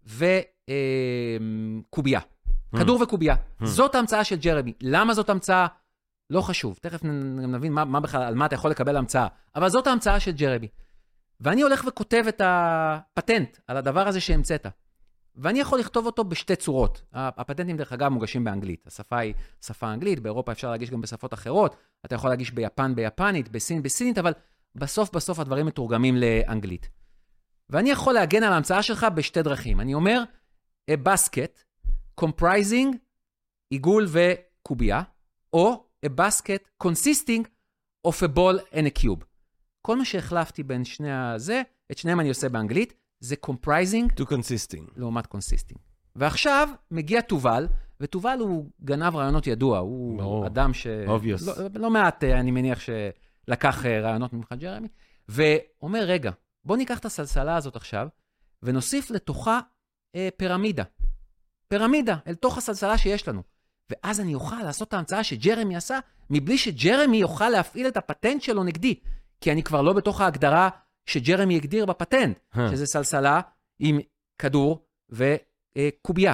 וקובייה. כדור וקובייה. זאת ההמצאה של ג'רמי. למה זאת המצאה? לא חשוב. תכף נבין מה בכלל, על מה אתה יכול לקבל המצאה. אבל זאת ההמצאה של ג'רמי. ואני הולך וכותב את הפטנט על הדבר הזה שהמצאת. ואני יכול לכתוב אותו בשתי צורות. הפטנטים דרך אגב מוגשים באנגלית. השפה היא שפה אנגלית, באירופה אפשר להגיש גם בשפות אחרות. אתה יכול להגיש ביפן ביפנית, בסין בסינית, אבל בסוף הדברים מתורגמים לאנגלית. ואני יכול להגן על ההמצאה שלך בשתי דרכים. אני אומר, a basket comprising עיגול וקובייה, או a basket consisting of a ball and a cube. כל מה שהחלפתי בין שני הזה, את שניהם אני עושה באנגלית, זה comprising to consisting. לעומת consisting. ועכשיו מגיע תובל, ותובל הוא גנב רעיונות ידוע, הוא אדם לא מעט, אני מניח שלקח רעיונות ממך ג'רמי, ואומר, רגע, בוא ניקח את הסלסלה הזאת עכשיו, ונוסיף לתוכה פירמידה. פירמידה, אל תוך הסלסלה שיש לנו. ואז אני אוכל לעשות את ההמצאה שג'רמי עשה, מבלי שג'רמי יוכל להפעיל את הפטנט שלו נגדי. כי אני כבר לא בתוך ההגדרה שג'רמי הגדיר בפטנט, שזה סלסלה עם כדור וקובייה.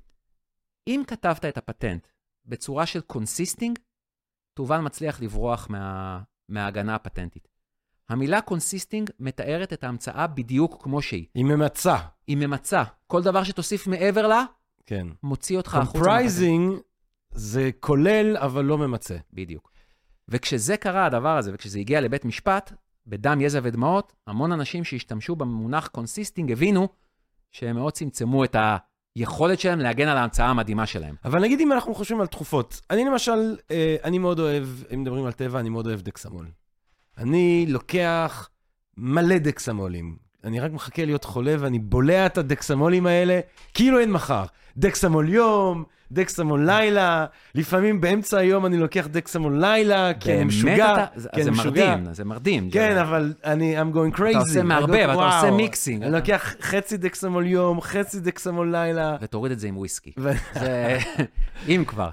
אם כתבת את הפטנט בצורה של consisting, תובל מצליח לברוח מההגנה הפטנטית. המילה consisting מתארת את ההמצאה בדיוק כמו שהיא. היא ממצה. היא ממצה. כל דבר שתוסיף מעבר לה, כן. מוציא אותך החוצה. comprising זה כולל, אבל לא ממצה. בדיוק. וכשזה קרה, הדבר הזה, וכשזה הגיע לבית משפט, בדם, יזע ודמעות, המון אנשים שהשתמשו במונח consisting הבינו שהם מאוד צמצמו את היכולת שלהם להגן על ההמצאה המדהימה שלהם. אבל נגיד אם אנחנו חושבים על תחופות, אני למשל, אני מאוד אוהב, אם מדברים על טבע, אני מאוד אוהב דקסמול. אני לוקח מלא דקסמולים. אני רק מחכה להיות חולה, ואני בולע את הדקסמולים האלה, כאילו אין מחר. דקסמול יום, דקסמול לילה, לפעמים באמצע היום אני לוקח דקסמול לילה, כי אני משוגע. זה מרדים. כן, אבל I'm going crazy. אתה עושה מערבב, אתה עושה מיקסינג. אני לוקח חצי דקסמול יום, חצי דקסמול לילה. ותוריד את זה עם וויסקי. זה, אם כבר.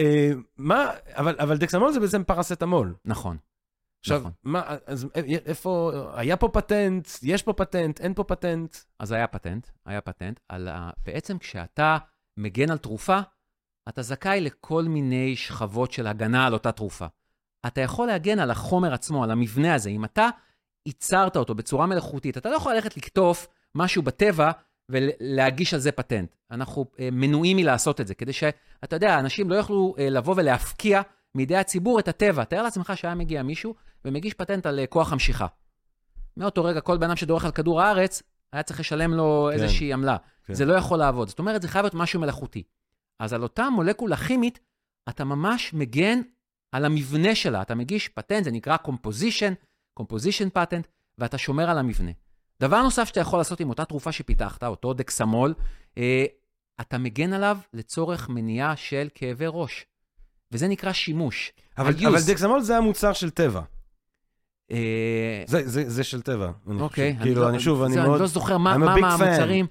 אבל דקסמול זה בעצם פרסטמול. נכון. עכשיו, אז איפה, היה פה פטנט, יש פה פטנט, אין פה פטנט? אז היה פטנט, בעצם כשאתה מגן על תרופה, אתה זכאי לכל מיני שכבות של הגנה על אותה תרופה. אתה יכול להגן על החומר עצמו, על המבנה הזה, אם אתה ייצרת אותו בצורה מלאכותית, אתה לא יכול ללכת לקטוף משהו בטבע ולהגיש על זה פטנט. אנחנו מנועים מלעשות את זה, כדי שאתה יודע, אנשים לא יוכלו לבוא ולהפקיע מידי הציבור את הטבע. תאר לעצמך שהיה מגיע מישהו ומגיש פטנט על כוח המשיכה. מאותו רגע, כל בנם שדורך על כדור הארץ, היה צריך לשלם לו איזושהי עמלה. זה לא יכול לעבוד. זאת אומרת, זה חייב להיות משהו מלאכותי. אז על אותה מולקולה כימית, אתה ממש מגן על המבנה שלה. אתה מגיש פטנט, זה נקרא composition patent, ואתה שומר על המבנה. דבר נוסף שאתה יכול לעשות עם אותה תרופה שפיתחת, אותו דקסמול, אתה מגן עליו לצורך מניעה של כאבי ראש. וזה נקרא שימוש. אבל דקסמול זה המוצר של טבע. זה של טבע. אוקיי. כאילו, אני לא זוכר מה המוצרים.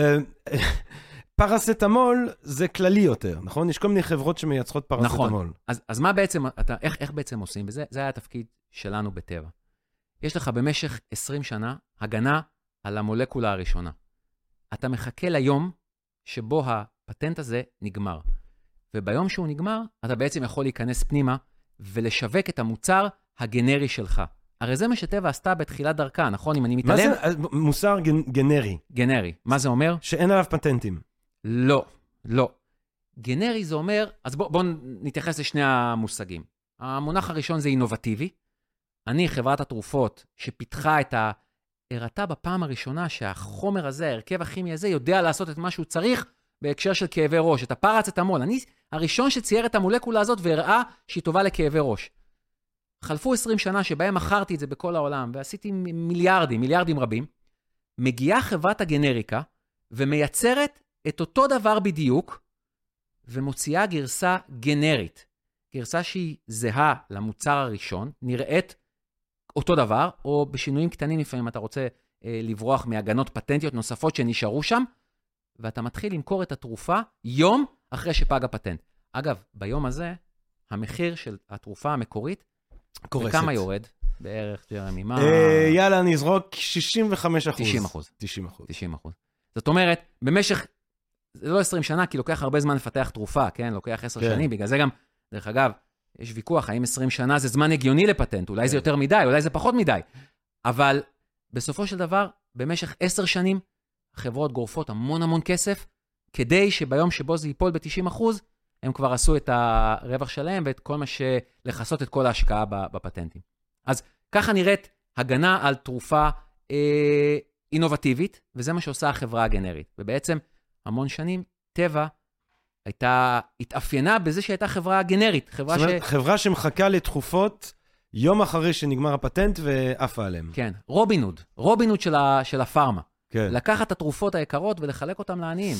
פרסטמול זה כללי יותר, נכון? יש כל מיני חברות שמייצרות פרסטמול. נכון. אז מה בעצם, איך בעצם עושים בזה? זה היה התפקיד שלנו בטבע. יש לך במשך 20 שנה הגנה על המולקולה הראשונה. אתה מחכה ליום שבו הפטנט הזה נגמר. וביום שהוא נגמר, אתה בעצם יכול להיכנס פנימה ולשווק את המוצר הגנרי שלך. הרי זה מה שטבע עשתה בתחילת דרכה, נכון? אם אני מתעלם... מה זה מוצר גנרי? גנרי. מה זה אומר? שאין עליו פטנטים. לא. גנרי זה אומר... אז בואו נתייחס לשני המושגים. המונח הראשון זה אינובטיבי. אני, חברת התרופות, שפיתחה הראתה בפעם הראשונה שהחומר הזה, ההרכב הכימי הזה, יודע לעשות את מה שהוא צריך בהקשר של כאבי ראש, את הפרצטמול. אני הראשון שצייר את המולקולה הזאת והראה שהיא טובה לכאבי ראש. חלפו 20 שנה שבהם מכרתי את זה בכל העולם, ועשיתי מיליארדים רבים. מגיעה חברת הגנריקה, ומייצרת את אותו דבר בדיוק, ומוציאה גרסה גנרית. גרסה שהיא זהה למוצר הראשון, נראית אותו דבר, או בשינויים קטנים לפעמים אתה רוצה לברוח מהגנות פטנטיות נוספות שנשארו שם, ואתה מתחיל למכור את התרופה יום אחרי שפג הפטנט. אגב, ביום הזה, המחיר של התרופה המקורית, קורסת. וכמה יורד? בערך, ג'רמי, מה... יאללה, נזרוק 95%. 90%. זאת אומרת, במשך, זה לא 20 שנה, כי לוקח הרבה זמן לפתח תרופה, כן? לוקח 10 שנים, בגלל זה גם, דרך אגב, יש ויכוח, האם 20 שנה זה זמן הגיוני לפטנט, אולי זה יותר מדי, אולי זה פחות מדי, אבל בסופו של דבר, במשך 10 שנים, החברות גורפות המון כסף, כדי שביום שבו זה ייפול ב-90%, הם כבר עשו את הרווח שלהם, ואת כל מה לחסות את כל ההשקעה בפטנטים. אז ככה נראית הגנה על תרופה אינובטיבית, וזה מה שעושה החברה הגנרית. ובעצם, המון שנים, טבע התאפיינה בזה שהייתה חברה גנרית. חברה שמחכה לתחופות יום אחרי שנגמר הפטנט ועפה עליהם. כן, רובינוד של הפארמה. לקחת את התרופות היקרות ולחלק אותם לעניים.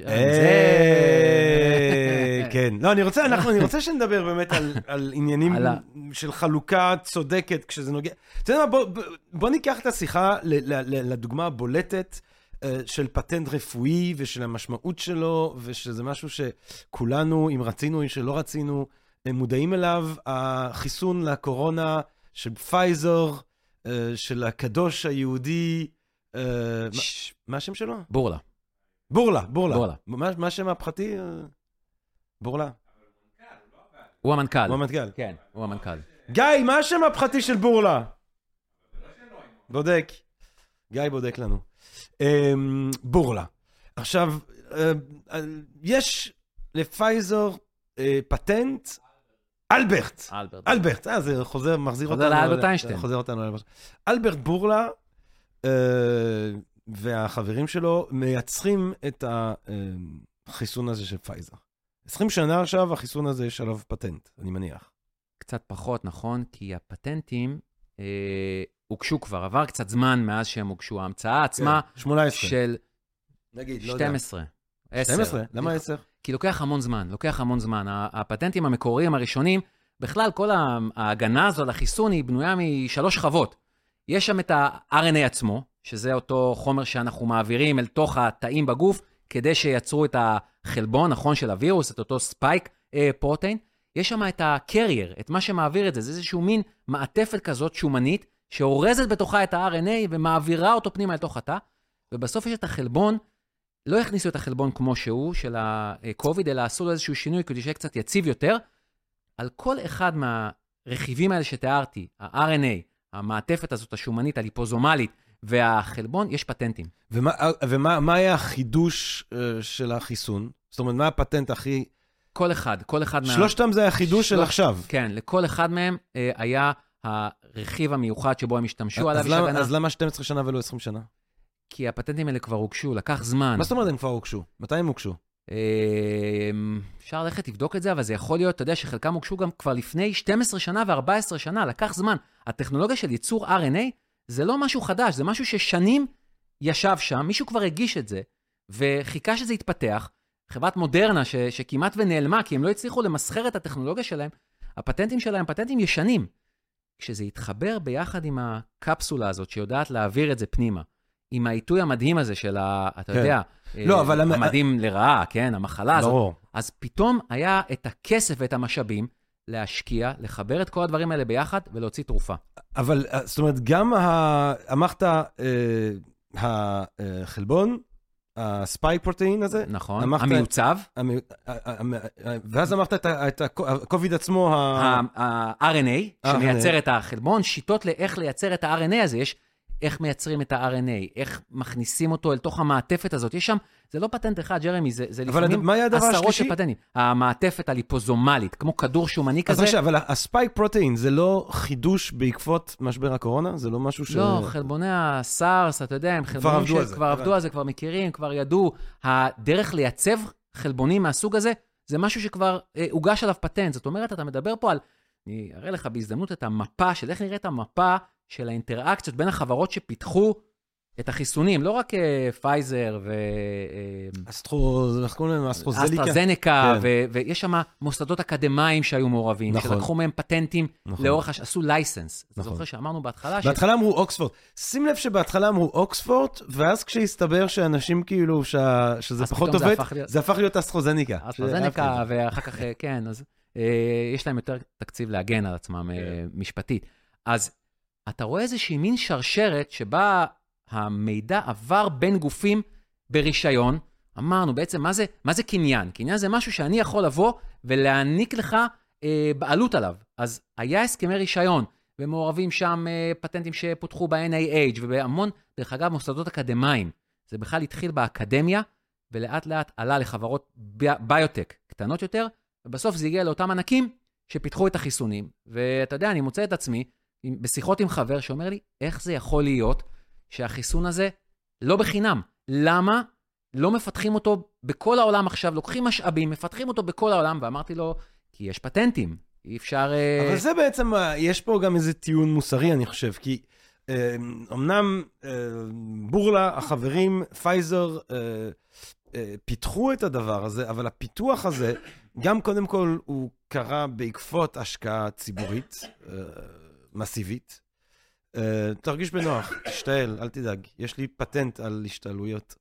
כן. לא, אני רוצה שנדבר באמת על עניינים של חלוקה צודקת כשזה נוגע. אתה יודע מה, בוא ניקח את השיחה לדוגמה הבולטת של פטנט רפואי ושל המשמעות שלו, ושזה משהו שכולנו, אם רצינו, אם שלא רצינו, מודעים אליו, החיסון לקורונה של פייזר, של הקדוש היהודי, מה השם שלו? בורלה. מה השם הפרטי? בורלה. הוא המנכ"ל. כן, הוא המנכ"ל. גיא, מה השם הפרטי של בורלה? בודק. גיא בודק לנו. בורלה. עכשיו, יש לפייזר פטנט, אלברט, זה חוזר, מחזיר אותנו. לאלברט איינשטיין. חוזר אותנו. אלברט בורלה, והחברים שלו מייצרים את החיסון הזה של פייזר. 20 שנה עכשיו החיסון הזה יש עליו פטנט, אני מניח. קצת פחות, נכון? כי הפטנטים הוגשו כבר, עבר קצת זמן מאז שהם הוגשו. ההמצאה עצמה 18. של נגיד, 12. 12? למה 10? כי לוקח המון זמן. הפטנטים המקוריים הראשונים, בכלל כל ההגנה הזו לחיסון היא בנויה מ3 שכבות. יש שם את ה-RNA עצמו, שזה אותו חומר שאנחנו מעבירים אל תוך התאים בגוף, כדי שייצרו את החלבון, נכון, של הווירוס, את אותו ספייק פרוטאין. יש שם את הקרייר, את מה שמעביר את זה. זה איזשהו מין מעטפת כזאת שומנית, שאורזת בתוכה את ה-RNA ומעבירה אותו פנימה לתוך התא, ובסוף יש את החלבון, לא הכניסו את החלבון כמו שהוא, של ה-COVID, אלא עשו לו איזשהו שינוי, כדי שיהיה קצת יציב יותר. על כל אחד מהרכיבים האלה שתיארתי, ה-RNA, המעטפת הזאת השומנית, הליפוזומלית, והחלבון, יש פטנטים. ומה היה החידוש של החיסון? זאת אומרת, מה הפטנט הכי... כל אחד מה... שלושתם זה החידוש של עכשיו. כן, לכל אחד מהם היה הרכיב המיוחד שבו הם השתמשו עליו. אז למה 12 שנה ולא 20 שנה? כי הפטנטים האלה כבר הוגשו, לקח זמן. מה זאת אומרת הם כבר הוגשו? מתי הם הוגשו? אפשר ללכת לבדוק את זה, אבל זה יכול להיות, אתה יודע שחלקם הוגשו גם כבר לפני 12 שנה ו-14 שנה, לקח זמן. הטכנולוגיה של ייצור RNA זה לא משהו חדש, זה משהו ששנים ישב שם, מישהו כבר הגיש את זה, וחיכה שזה יתפתח. חברת מודרנה שכמעט ונעלמה, כי הם לא הצליחו למסחר את הטכנולוגיה שלהם, הפטנטים שלהם, פטנטים ישנים. כשזה יתחבר ביחד עם הקפסולה הזאת, שיודעת להעביר את זה פנימה, עם העיתוי המדהים הזה של אתה יודע, לא, אבל המדהים לרעה, כן, המחלה הזאת. ברור. אז פתאום היה את הכסף ואת המשאבים להשקיע, לחבר את כל הדברים האלה ביחד ולהוציא תרופה. אבל, זאת אומרת, גם אמרת החלבון, הספייק פרוטאין הזה. נכון, המיוצב. ואז אמרת את הקוביד עצמו, ה-RNA, שמייצר את החלבון, שיטות לאיך לייצר את ה-RNA הזה, יש איך מייצרים את ה-RNA, איך מכניסים אותו אל תוך המעטפת הזאת. יש שם, זה לא פטנט אחד, ג'רמי, זה לפעמים עשרות של פטנטים. המעטפת הליפוזומלית, כמו כדור שומני כזה. אז רגע, אבל הספייק פרוטאין, זה לא חידוש בעקבות משבר הקורונה? זה לא משהו ש... לא, חלבוני הסארס, אתה יודע, הם חלבונים שכבר עבדו על זה, כבר מכירים, כבר ידעו. הדרך לייצב חלבונים מהסוג הזה, זה משהו שכבר הוגש עליו פטנט. זאת אומרת, אתה מדבר פה על, אני אראה לך בהזדמנות את המפה של איך נראית המפה של האינטראקציות בין החברות שפיתחו את החיסונים, לא רק פייזר אסטרזנקה, ויש שם מוסדות אקדמיים שהיו מעורבים, שלקחו מהם פטנטים לאורך, עשו לייסנס. אתה זוכר שאמרנו בהתחלה... בהתחלה אמרו אוקספורד. שים לב שבהתחלה אמרו אוקספורד, ואז כשהסתבר שאנשים כאילו, שזה פחות עובד, זה הפך להיות אסטרזנקה. אסטרזנקה, ואחר כך, כן, אז יש להם יותר תקציב להגן על עצמם משפטית. אז אתה רואה איזושהי מין שרשרת שבה המידע עבר בין גופים ברישיון. אמרנו בעצם, מה זה קניין? קניין זה משהו שאני יכול לבוא ולהעניק לך בעלות עליו. אז היה הסכמי רישיון, ומעורבים שם פטנטים שפותחו ב-NIH, ובהמון, דרך אגב, מוסדות אקדמיים. זה בכלל התחיל באקדמיה, ולאט לאט עלה לחברות ביוטק קטנות יותר, ובסוף זה הגיע לאותם ענקים שפיתחו את החיסונים. ואתה יודע, אני מוצא את עצמי, בשיחות עם חבר שאומר לי, איך זה יכול להיות שהחיסון הזה לא בחינם? למה לא מפתחים אותו בכל העולם עכשיו? לוקחים משאבים, מפתחים אותו בכל העולם, ואמרתי לו, כי יש פטנטים, אי אפשר... אבל זה בעצם, יש פה גם איזה טיעון מוסרי, אני חושב, כי אמנם בורלה, החברים, פייזר, פיתחו את הדבר הזה, אבל הפיתוח הזה, גם קודם כל הוא קרה בעקבות השקעה ציבורית, מסיבית. תרגיש בנוח, תשתעל, אל תדאג. יש לי פטנט על השתעלויות.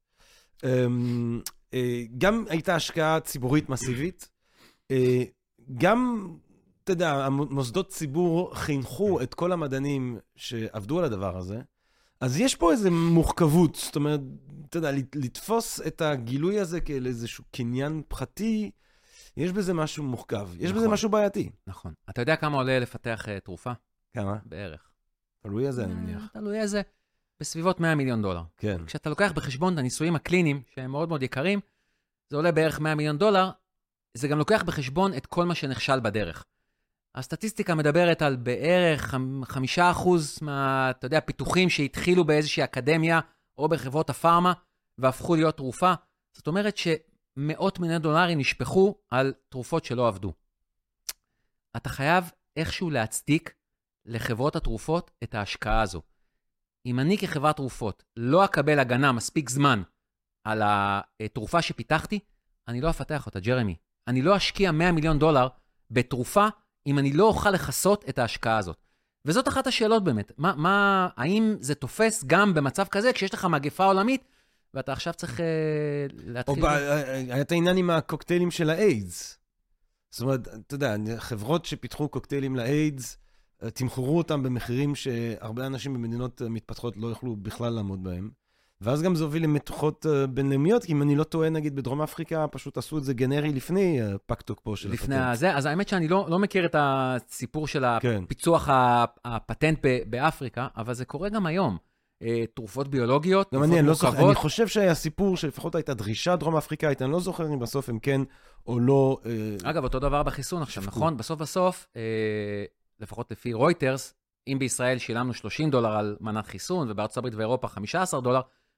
גם הייתה השקעה ציבורית מסיבית. גם, אתה יודע, המוסדות ציבור חינכו את כל המדענים שעבדו על הדבר הזה. אז יש פה איזו מורכבות. זאת אומרת, אתה יודע, לתפוס את הגילוי הזה כאל איזשהו קניין פרטי, יש בזה משהו מורכב. יש בזה משהו בעייתי. נכון. אתה יודע כמה עולה לפתח תרופה? כמה? בערך. תלוי איזה, אני מניח. תלוי איזה, בסביבות $100 מיליון. כן. כשאתה לוקח בחשבון את הניסויים הקליניים, שהם מאוד מאוד יקרים, זה עולה בערך $100 מיליון, זה גם לוקח בחשבון את כל מה שנכשל בדרך. הסטטיסטיקה מדברת על בערך 5% אתה יודע, פיתוחים שהתחילו באיזושהי אקדמיה, או בחברות הפארמה, והפכו להיות תרופה. זאת אומרת שמאות מיליוני דולרים נשפכו על תרופות שלא עבדו. אתה חייב איכשהו להצדיק לחברות התרופות את ההשקעה הזו. אם אני כחברת תרופות לא אקבל הגנה מספיק זמן על התרופה שפיתחתי, אני לא אפתח אותה, ג'רמי. אני לא אשקיע $100 מיליון בתרופה אם אני לא אוכל לחסות את ההשקעה הזאת. וזאת אחת השאלות באמת. האם זה תופס גם במצב כזה, כשיש לך מגפה עולמית, ואתה עכשיו צריך להתחיל... היה את העניין עם הקוקטיילים של האיידס. זאת אומרת, אתה יודע, חברות שפיתחו קוקטיילים לאיידס, תמחרו אותם במחירים שהרבה אנשים במדינות מתפתחות לא יוכלו בכלל לעמוד בהם. ואז גם זה הוביל למתוחות בינלאומיות, כי אם אני לא טועה, נגיד, בדרום אפריקה, פשוט עשו את זה גנרי לפני פג תוקפו של הפטנט. לפני זה, אז האמת שאני לא מכיר את הסיפור של הפיצוח הפטנט באפריקה, אבל זה קורה גם היום. תרופות ביולוגיות, תרופות מורכבות. אני חושב שהיה סיפור שלפחות הייתה דרישה דרום אפריקאית, אני לא זוכר אם בסוף הם כן או לא... אגב, אותו דבר בחיסון עכשיו, נכון? בסוף, לפחות לפי רויטרס, אם בישראל שילמנו $30 על מנת חיסון, ובארצות הברית ואירופה $15,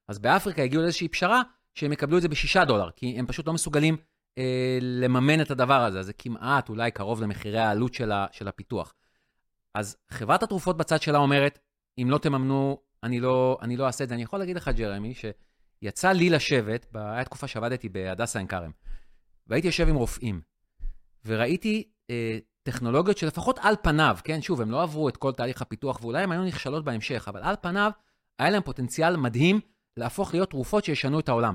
אז באפריקה הגיעו לאיזושהי פשרה, שהם יקבלו את זה $6, כי הם פשוט לא מסוגלים לממן את הדבר הזה. זה כמעט אולי קרוב למחירי העלות של הפיתוח. אז חברת התרופות בצד שלה אומרת, אם לא תממנו, אני לא אעשה את זה. אני יכול להגיד לך, ג'רמי, שיצא לי לשבת, היה תקופה שעבדתי בהדסה עין כרם, והייתי יושב עם רופאים, וראיתי טכנולוגיות שלפחות על פניו, כן, שוב, הם לא עברו את כל תהליך הפיתוח, ואולי הם היו נכשלות בהמשך, אבל על פניו היה להם פוטנציאל מדהים להפוך להיות תרופות שישנו את העולם.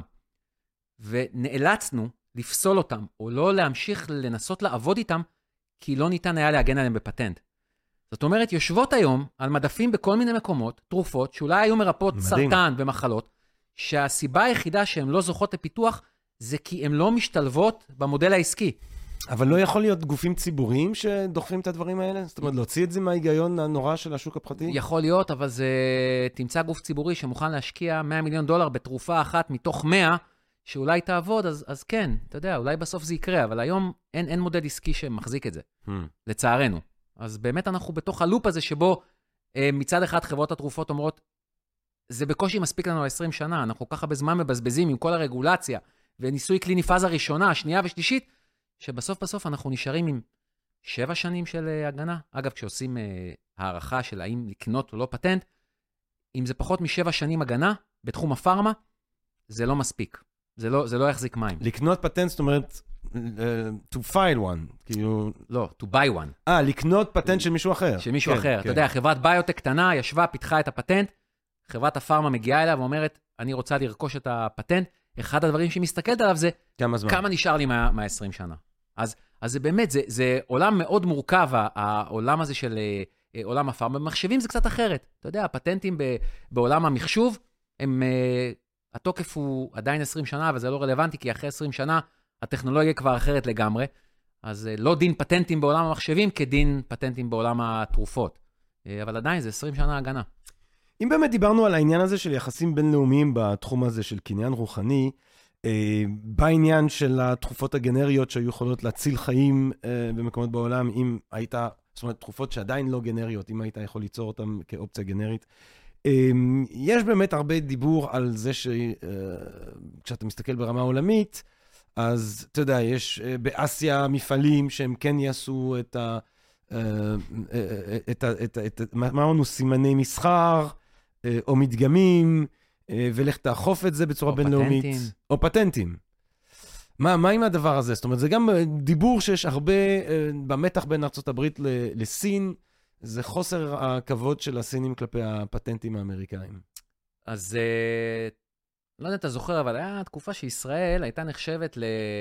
ונאלצנו לפסול אותם, או לא להמשיך לנסות לעבוד איתם, כי לא ניתן היה להגן עליהם בפטנט. זאת אומרת, יושבות היום על מדפים בכל מיני מקומות, תרופות, שאולי היו מרפאות סרטן ומחלות, שהסיבה היחידה שהן לא זוכות לפיתוח, זה כי הן לא משתלבות במודל העסקי. אבל לא יכול להיות גופים ציבוריים שדוחפים את הדברים האלה? זאת אומרת, להוציא את זה מההיגיון הנורא של השוק הפרטי? יכול להיות, אבל זה תמצא גוף ציבורי שמוכן להשקיע $100 מיליון בתרופה אחת מתוך 100, שאולי תעבוד, אז כן, אתה יודע, אולי בסוף זה יקרה, אבל היום אין מודל עסקי שמחזיק את זה, לצערנו. אז באמת אנחנו בתוך הלופ הזה שבו מצד אחד חברות התרופות אומרות, זה בקושי מספיק לנו 20 שנה, אנחנו ככה בזמן מבזבזים עם כל הרגולציה, וניסוי קליני פאזה ראשונה, שנייה ושלישית, שבסוף אנחנו נשארים עם 7 שנים של הגנה. אגב, כשעושים הערכה של האם לקנות או לא פטנט, אם זה פחות מ7 שנים הגנה, בתחום הפארמה, זה לא מספיק. זה לא יחזיק מים. לקנות פטנט, זאת אומרת, to file one, כאילו... לא, to buy one. לקנות פטנט של מישהו אחר. של מישהו אחר. אתה יודע, חברת ביוטק קטנה, ישבה, פיתחה את הפטנט, חברת הפארמה מגיעה אליה ואומרת, אני רוצה לרכוש את הפטנט, אחד הדברים שהיא מסתכלת עליו זה, כמה נשאר לי מה-20 שנה. אז זה באמת, זה עולם מאוד מורכב, העולם הזה של עולם הפארמה. במחשבים זה קצת אחרת. אתה יודע, הפטנטים בעולם המחשוב, התוקף הוא עדיין 20 שנה, וזה לא רלוונטי, כי אחרי 20 שנה, הטכנולוגיה כבר אחרת לגמרי. אז לא דין פטנטים בעולם המחשבים, כדין פטנטים בעולם התרופות. אבל עדיין זה 20 שנה הגנה. אם באמת דיברנו על העניין הזה של יחסים בינלאומיים בתחום הזה של קניין רוחני, בעניין של התרופות הגנריות שהיו יכולות להציל חיים במקומות בעולם, אם היית, זאת אומרת, תרופות שעדיין לא גנריות, אם היית יכול ליצור אותן כאופציה גנרית, יש באמת הרבה דיבור על זה שכשאתה מסתכל ברמה עולמית, אז אתה יודע, יש באסיה מפעלים שהם כן יעשו מה אמרנו, סימני מסחר, או מדגמים, ולך תאכוף את זה בצורה בינלאומית. או פטנטים. מה עם הדבר הזה? זאת אומרת, זה גם דיבור שיש הרבה במתח בין ארצות הברית לסין, זה חוסר הכבוד של הסינים כלפי הפטנטים האמריקאים. אז לא יודע, אתה זוכר, אבל היה תקופה שישראל הייתה נחשבת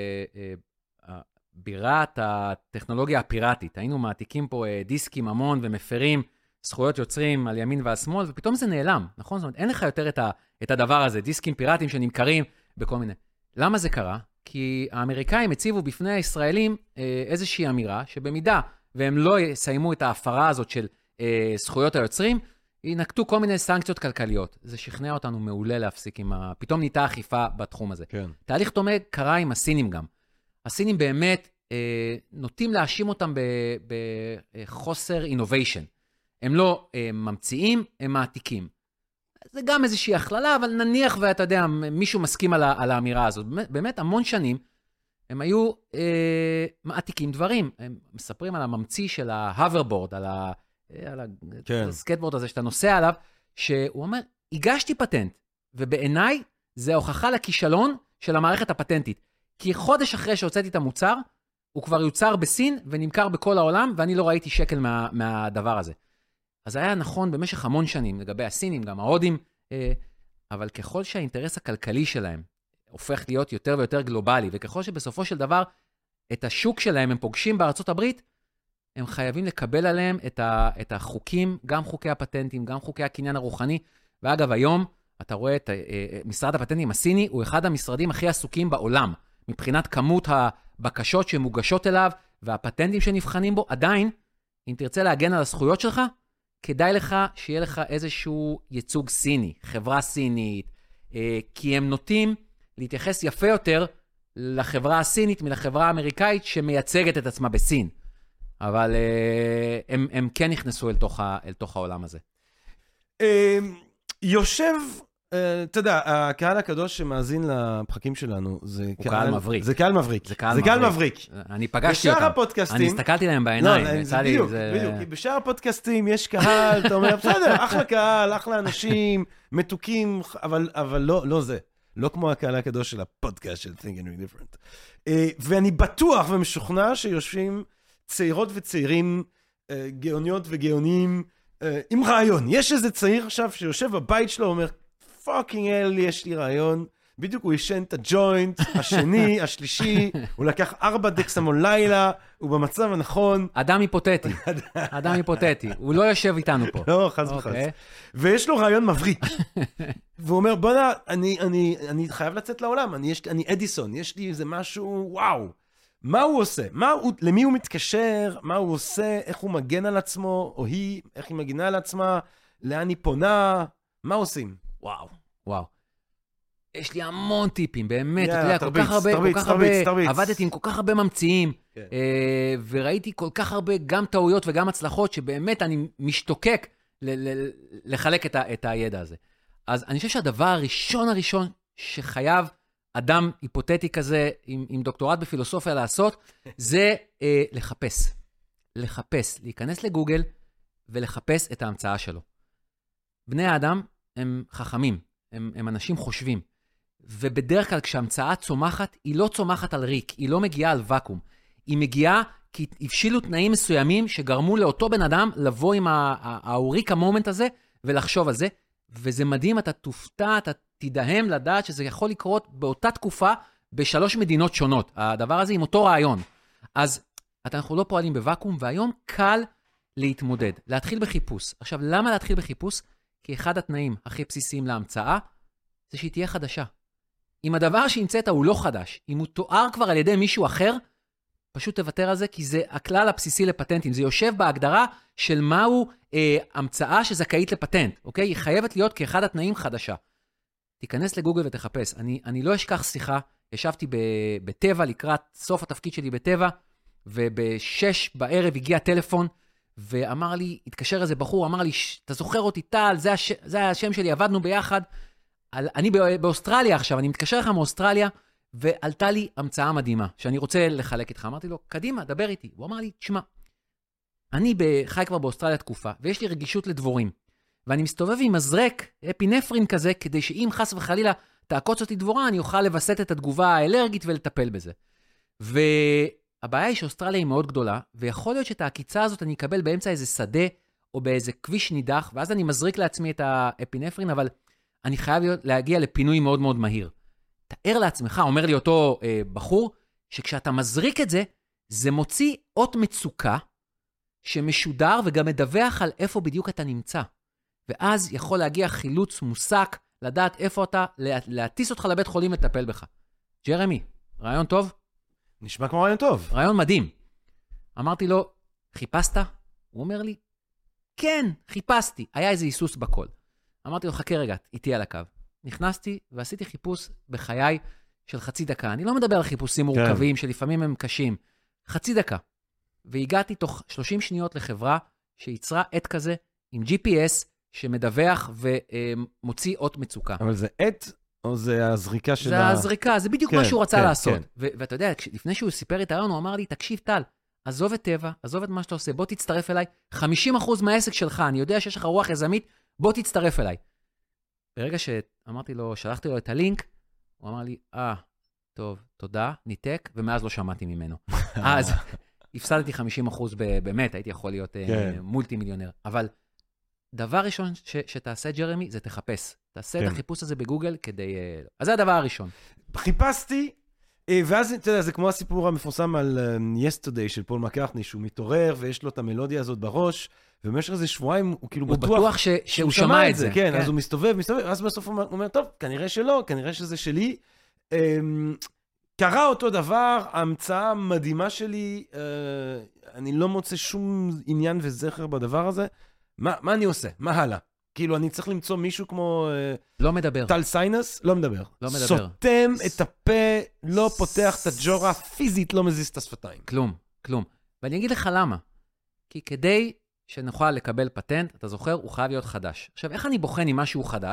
לבירת הטכנולוגיה הפיראטית. היינו מעתיקים פה דיסקים המון ומפרים זכויות יוצרים על ימין ועל שמאל, ופתאום זה נעלם, נכון? זאת אומרת, אין לך יותר את הדבר הזה, דיסקים פיראטיים שנמכרים בכל מיני. למה זה קרה? כי האמריקאים הציבו בפני הישראלים איזושהי אמירה, שבמידה והם לא יסיימו את ההפרה הזאת של זכויות היוצרים, ינקטו כל מיני סנקציות כלכליות. זה שכנע אותנו מעולה להפסיק פתאום ניתה אכיפה בתחום הזה. כן. תהליך דומה קרה עם הסינים גם. הסינים באמת נוטים להאשים אותם בחוסר innovation. הם לא ממציאים, הם מעתיקים. זה גם איזושהי הכללה, אבל נניח ואתה יודע, מישהו מסכים על האמירה הזאת. באמת המון שנים, הם היו מעתיקים דברים. הם מספרים על הממציא של ההוברבורד, על הסקטבורד הזה שאתה נוסע עליו, שהוא אומר, הגשתי פטנט, ובעיניי זה הוכחה לכישלון של המערכת הפטנטית. כי חודש אחרי שהוצאתי את המוצר, הוא כבר יוצר בסין ונמכר בכל העולם, ואני לא ראיתי שקל מהדבר הזה. אז היה נכון במשך המון שנים, לגבי הסינים, גם ההודים, אבל ככל שהאינטרס הכלכלי שלהם הופך להיות יותר ויותר גלובלי, וככל שבסופו של דבר את השוק שלהם הם פוגשים בארצות הברית, הם חייבים לקבל עליהם את החוקים, גם חוקי הפטנטים, גם חוקי הקניין הרוחני, ואגב היום אתה רואה את משרד הפטנטים הסיני, הוא אחד המשרדים הכי עסוקים בעולם, מבחינת כמות הבקשות שמוגשות אליו, והפטנטים שנבחנים בו, עדיין, אם תרצה להגן על הזכויות שלך, כדאי לך שיהיה לך איזשהו ייצוג סיני, חברה סינית, כי הם נוטים להתייחס יפה יותר לחברה הסינית מלחברה האמריקאית שמייצגת את עצמה בסין. אבל הם כן נכנסו אל תוך העולם הזה. יושב אתה יודע, הקהל הקדוש שמאזין לפרקים שלנו, זה קהל מבריק. זה קהל מבריק. זה קהל מבריק. אני פגשתי אותם. בשאר הפודקאסטים... אני הסתכלתי להם בעיניים. בדיוק. בשאר הפודקאסטים יש קהל, אתה אומר, בסדר, אחלה קהל, אחלה אנשים, מתוקים, אבל לא זה. לא כמו הקהל הקדוש של הפודקאסט של Think and Ring Different. ואני בטוח ומשוכנע שיושבים צעירות וצעירים, גאוניות וגאונים, עם רעיון. יש איזה צעיר עכשיו שיושב בבית שלו, אומר, פאקינג אל, יש לי רעיון. בדיוק הוא ישן את הג'וינט, השני, השלישי, הוא לקח 4 דקסמון לילה, הוא במצב הנכון. אדם היפותטי. אדם היפותטי. הוא לא יושב איתנו פה. לא, חס וחס. ויש לו רעיון מבריק. והוא אומר, בוא'נה, אני חייב לצאת לעולם, אני אדיסון, יש לי איזה משהו, וואו. מה הוא עושה? למי הוא מתקשר? מה הוא עושה? איך הוא מגן על עצמו? או היא, איך היא מגינה על עצמה? לאן היא פונה? מה עושים? וואו. יש לי המון טיפים, באמת. אתה יודע, כל כך הרבה, עבדתי עם כל כך הרבה ממציאים, וראיתי כל כך הרבה גם טעויות וגם הצלחות, שבאמת אני משתוקק לחלק את הידע הזה. אז אני חושב שהדבר הראשון שחייב אדם היפותטי כזה, עם דוקטורט בפילוסופיה לעשות, זה לחפש, להיכנס לגוגל ולחפש את ההמצאה שלו. בני האדם הם חכמים, הם אנשים חושבים, ובדרך כלל כשהמצאה צומחת, היא לא צומחת על ריק, היא לא מגיעה על וקום, היא מגיעה כי הבשילו תנאים מסוימים שגרמו לאותו בן אדם לבוא עם האוריק המומנט הזה ולחשוב על זה, וזה מדהים, אתה תופתע, אתה תדהם לדעת שזה יכול לקרות באותה תקופה ב3 מדינות שונות. הדבר הזה עם אותו רעיון. אז אנחנו לא פועלים בוואקום, והיום קל להתמודד, להתחיל בחיפוש. עכשיו, למה להתחיל בחיפוש? כי אחד התנאים הכי בסיסיים להמצאה, זה שהיא תהיה חדשה. אם הדבר שהמצאת הוא לא חדש, אם הוא תואר כבר על ידי מישהו אחר, פשוט תוותר על זה, כי זה הכלל הבסיסי לפטנטים. זה יושב בהגדרה של מהו המצאה שזכאית לפטנט, אוקיי? היא חייבת להיות כאחד התנאים חדשה. תיכנס לגוגל ותחפש. אני לא אשכח שיחה, ישבתי בטבע, לקראת סוף התפקיד שלי בטבע, וב6 בערב הגיע טלפון, ואמר לי, התקשר איזה בחור, אמר לי, אתה זוכר אותי טל, זה השם שלי, עבדנו ביחד. אני באוסטרליה עכשיו, אני מתקשר לך מאוסטרליה, ועלתה לי המצאה מדהימה, שאני רוצה לחלק איתך. אמרתי לו, קדימה, דבר איתי. הוא אמר לי, תשמע, אני חי כבר באוסטרליה תקופה, ויש לי רגישות לדבורים, ואני מסתובב עם מזרק אפינפרין כזה, כדי שאם חס וחלילה תעקוץ אותי דבורה, אני אוכל לבסט את התגובה האלרגית ולטפל בזה. והבעיה היא שאוסטרליה היא מאוד גדולה, ויכול להיות שאת העקיצה הזאת אני אקבל באמצע איזה שדה, או באיזה כביש נידח, ואז אני מזריק לעצמי את האפינפרין, אבל אני חייב להגיע לפינוי מאוד מאוד מהיר. תאר לעצמך, אומר לי אותו בחור, שכשאתה מזריק את זה, זה מוציא אות מצוקה, שמשודר וגם מדווח על איפה בדיוק אתה נמצא. ואז יכול להגיע חילוץ מוסק, לדעת איפה אתה, להטיס אותך לבית חולים לטפל בך. ג'רמי, רעיון טוב? נשמע כמו רעיון טוב. רעיון מדהים. אמרתי לו, חיפשת? הוא אומר לי, כן, חיפשתי. היה איזה היסוס בכל. אמרתי לו, חכה רגע, איתי על הקו. נכנסתי ועשיתי חיפוש בחיי של חצי דקה. אני לא מדבר על חיפושים מורכבים, שלפעמים הם קשים. חצי דקה. והגעתי תוך 30 שניות לחברה שיצרה עט כזה עם GPS שמדווח ומוציא אות מצוקה. אבל זה עט או זה הזריקה של זה הזריקה, זה בדיוק מה שהוא רצה לעשות. ואתה יודע, לפני שהוא סיפר את הרעיון, הוא אמר לי, תקשיב טל, עזוב את טבע, עזוב את מה שאתה עושה, בוא תצטרף אליי, 50% מהעסק שלך, אני יודע שיש לך רוח יזמית, בוא תצטרף אליי. ברגע שאמרתי לו, שלחתי לו את הלינק, הוא אמר לי, טוב, תודה, ניתק, ומאז לא שמעתי ממנו. אז הפסדתי 50% באמת, הייתי יכול להיות מולטי מיליונר. אבל דבר ראשון שתעשה, ג'רמי, זה תחפש. תעשה את החיפוש הזה בגוגל כדי... אז זה הדבר הראשון. חיפשתי, ואז, אתה יודע, זה כמו הסיפור המפורסם על Yesterday של פול מקארטני, שהוא מתעורר ויש לו את המלודיה הזאת בראש, ובמשך איזה שבועיים הוא כאילו בטוח... הוא בטוח שהוא שמע את זה. כן, אז הוא מסתובב, אז בסוף הוא אומר, טוב, כנראה שלא, כנראה שזה שלי. קרה אותו דבר, ההמצאה המדהימה שלי, אני לא מוצא שום עניין וזכר בדבר הזה. מה אני עושה? מה הלאה? כאילו, אני צריך למצוא מישהו כמו... לא מדבר. טל סיינס? לא מדבר. לא מדבר. סותם את הפה, לא פותח את הג'ורה, פיזית לא מזיז את השפתיים. כלום. ואני אגיד לך למה. כי כדי שנוכל לקבל פטנט, אתה זוכר, הוא חייב להיות חדש. עכשיו, איך אני בוחן עם משהו חדש?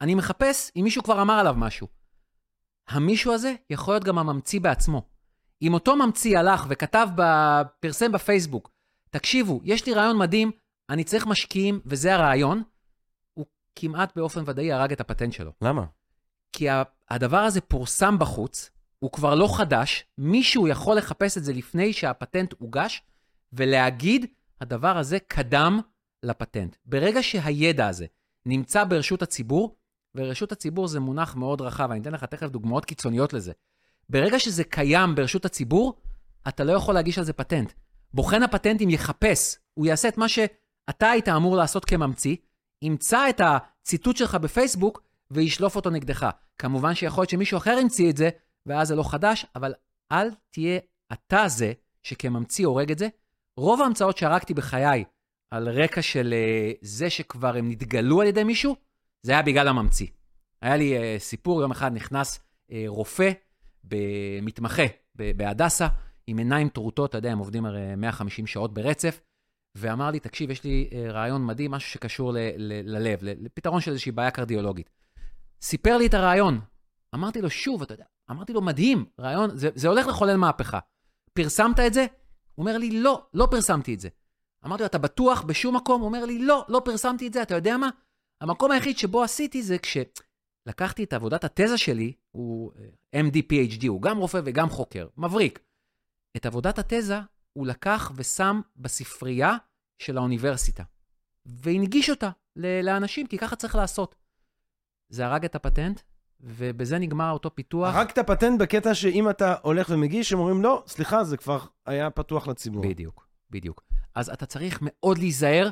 אני מחפש אם מישהו כבר אמר עליו משהו. המישהו הזה יכול להיות גם הממציא בעצמו. אם אותו ממציא הלך וכתב, פרסם בפייסבוק, תקשיבו, יש לי רעיון מדהים, אני צריך משקיעים, וזה הרעיון, הוא כמעט באופן ודאי הרג את הפטנט שלו. למה? כי הדבר הזה פורסם בחוץ, הוא כבר לא חדש, מישהו יכול לחפש את זה לפני שהפטנט הוגש, ולהגיד, הדבר הזה קדם לפטנט. ברגע שהידע הזה נמצא ברשות הציבור, ורשות הציבור זה מונח מאוד רחב, אני אתן לך תכף דוגמאות קיצוניות לזה. ברגע שזה קיים ברשות הציבור, אתה לא יכול להגיש על זה פטנט. בוחן הפטנטים יחפש, הוא יעשה את מה שאתה היית אמור לעשות כממציא, ימצא את הציטוט שלך בפייסבוק, וישלוף אותו נגדך. כמובן שיכול להיות שמישהו אחר ימציא את זה, ואז זה לא חדש, אבל אל תהיה אתה זה שכממציא הורג את זה. רוב ההמצאות שהרגתי בחיי, על רקע של זה שכבר הם נתגלו על ידי מישהו, זה היה בגלל הממציא. היה לי סיפור, יום אחד נכנס רופא, מתמחה בהדסה, עם עיניים טרוטות, אתה יודע, הם עובדים 150 שעות ברצף, ואמר לי, תקשיב, יש לי רעיון מדהים, משהו שקשור ללב, לפתרון של איזושהי בעיה קרדיולוגית. סיפר לי את הרעיון. אמרתי לו, שוב, אתה יודע, אמרתי לו, מדהים, רעיון, זה הולך לחולל מהפכה. פרסמת את זה? הוא אומר לי, לא פרסמתי את זה. אמרתי לו, אתה בטוח בשום מקום? הוא אומר לי, לא פרסמתי את זה, אתה יודע מה? המקום היחיד שבו עשיתי זה כשלקחתי את עבודת התזה שלי, הוא MD, PhD, הוא גם רופא וגם חוקר, מבריק. את עבודת התזה הוא לקח ושם בספרייה של האוניברסיטה, והנגיש אותה לאנשים, כי ככה צריך לעשות. זה הרג את הפטנט, ובזה נגמר אותו פיתוח. הרג את הפטנט בקטע שאם אתה הולך ומגיש, הם אומרים, לא, סליחה, זה כבר היה פתוח לציבור. בדיוק. אז אתה צריך מאוד להיזהר,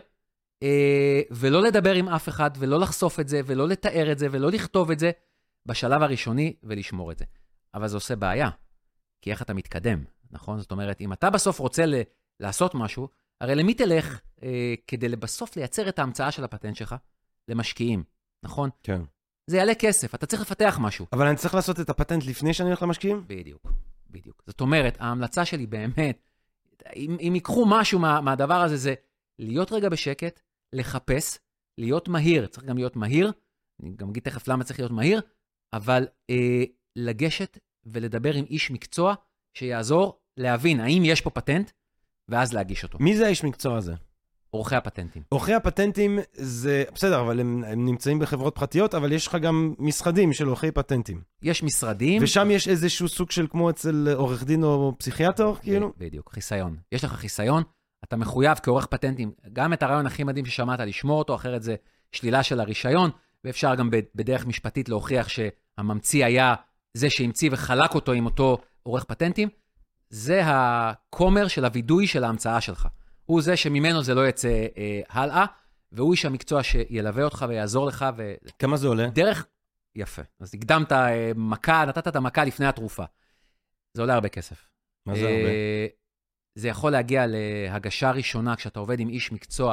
ולא לדבר עם אף אחד, ולא לחשוף את זה, ולא לתאר את זה, ולא לכתוב את זה, בשלב הראשוני, ולשמור את זה. אבל זה עושה בעיה, כי איך אתה מתקדם, נכון? זאת אומרת, אם אתה בסוף רוצה לעשות משהו, הרי למי תלך כדי בסוף לייצר את ההמצאה של הפטנט שלך? למשקיעים, נכון? כן. זה יעלה כסף, אתה צריך לפתח משהו. אבל אני צריך לעשות את הפטנט לפני שאני הולך למשקיעים? בדיוק. זאת אומרת, ההמלצה שלי באמת, אם ייקחו משהו מהדבר הזה, זה להיות רגע בשקט, לחפש, להיות מהיר, צריך גם להיות מהיר, אני גם אגיד תכף למה צריך להיות מהיר, אבל לגשת ולדבר עם איש מקצוע שיעזור להבין האם יש פה פטנט, ואז להגיש אותו. מי זה האיש מקצוע הזה? עורכי הפטנטים. עורכי הפטנטים זה, בסדר, אבל הם נמצאים בחברות פרטיות, אבל יש לך גם משרדים של עורכי פטנטים. יש משרדים. ושם יש איזשהו סוג של כמו אצל עורך דין או פסיכיאטר, כאילו? בדיוק, חיסיון. יש לך חיסיון, אתה מחויב כעורך פטנטים, גם את הרעיון הכי מדהים ששמעת לשמור אותו, אחרת זה שלילה של הרישיון, ואפשר גם בדרך משפטית להוכיח שהממציא היה זה שהמציא וחלק אותו עם אותו עורך פטנטים. זה הקומר של הוידוי של ההמצאה שלך. הוא זה שממנו זה לא יצא הלאה, והוא איש המקצוע שילווה אותך ויעזור לך. כמה זה עולה? דרך, יפה. אז הקדמת מכה, נתת את המכה לפני התרופה. זה עולה הרבה כסף. מה זה הרבה? זה יכול להגיע להגשה ראשונה, כשאתה עובד עם איש מקצוע,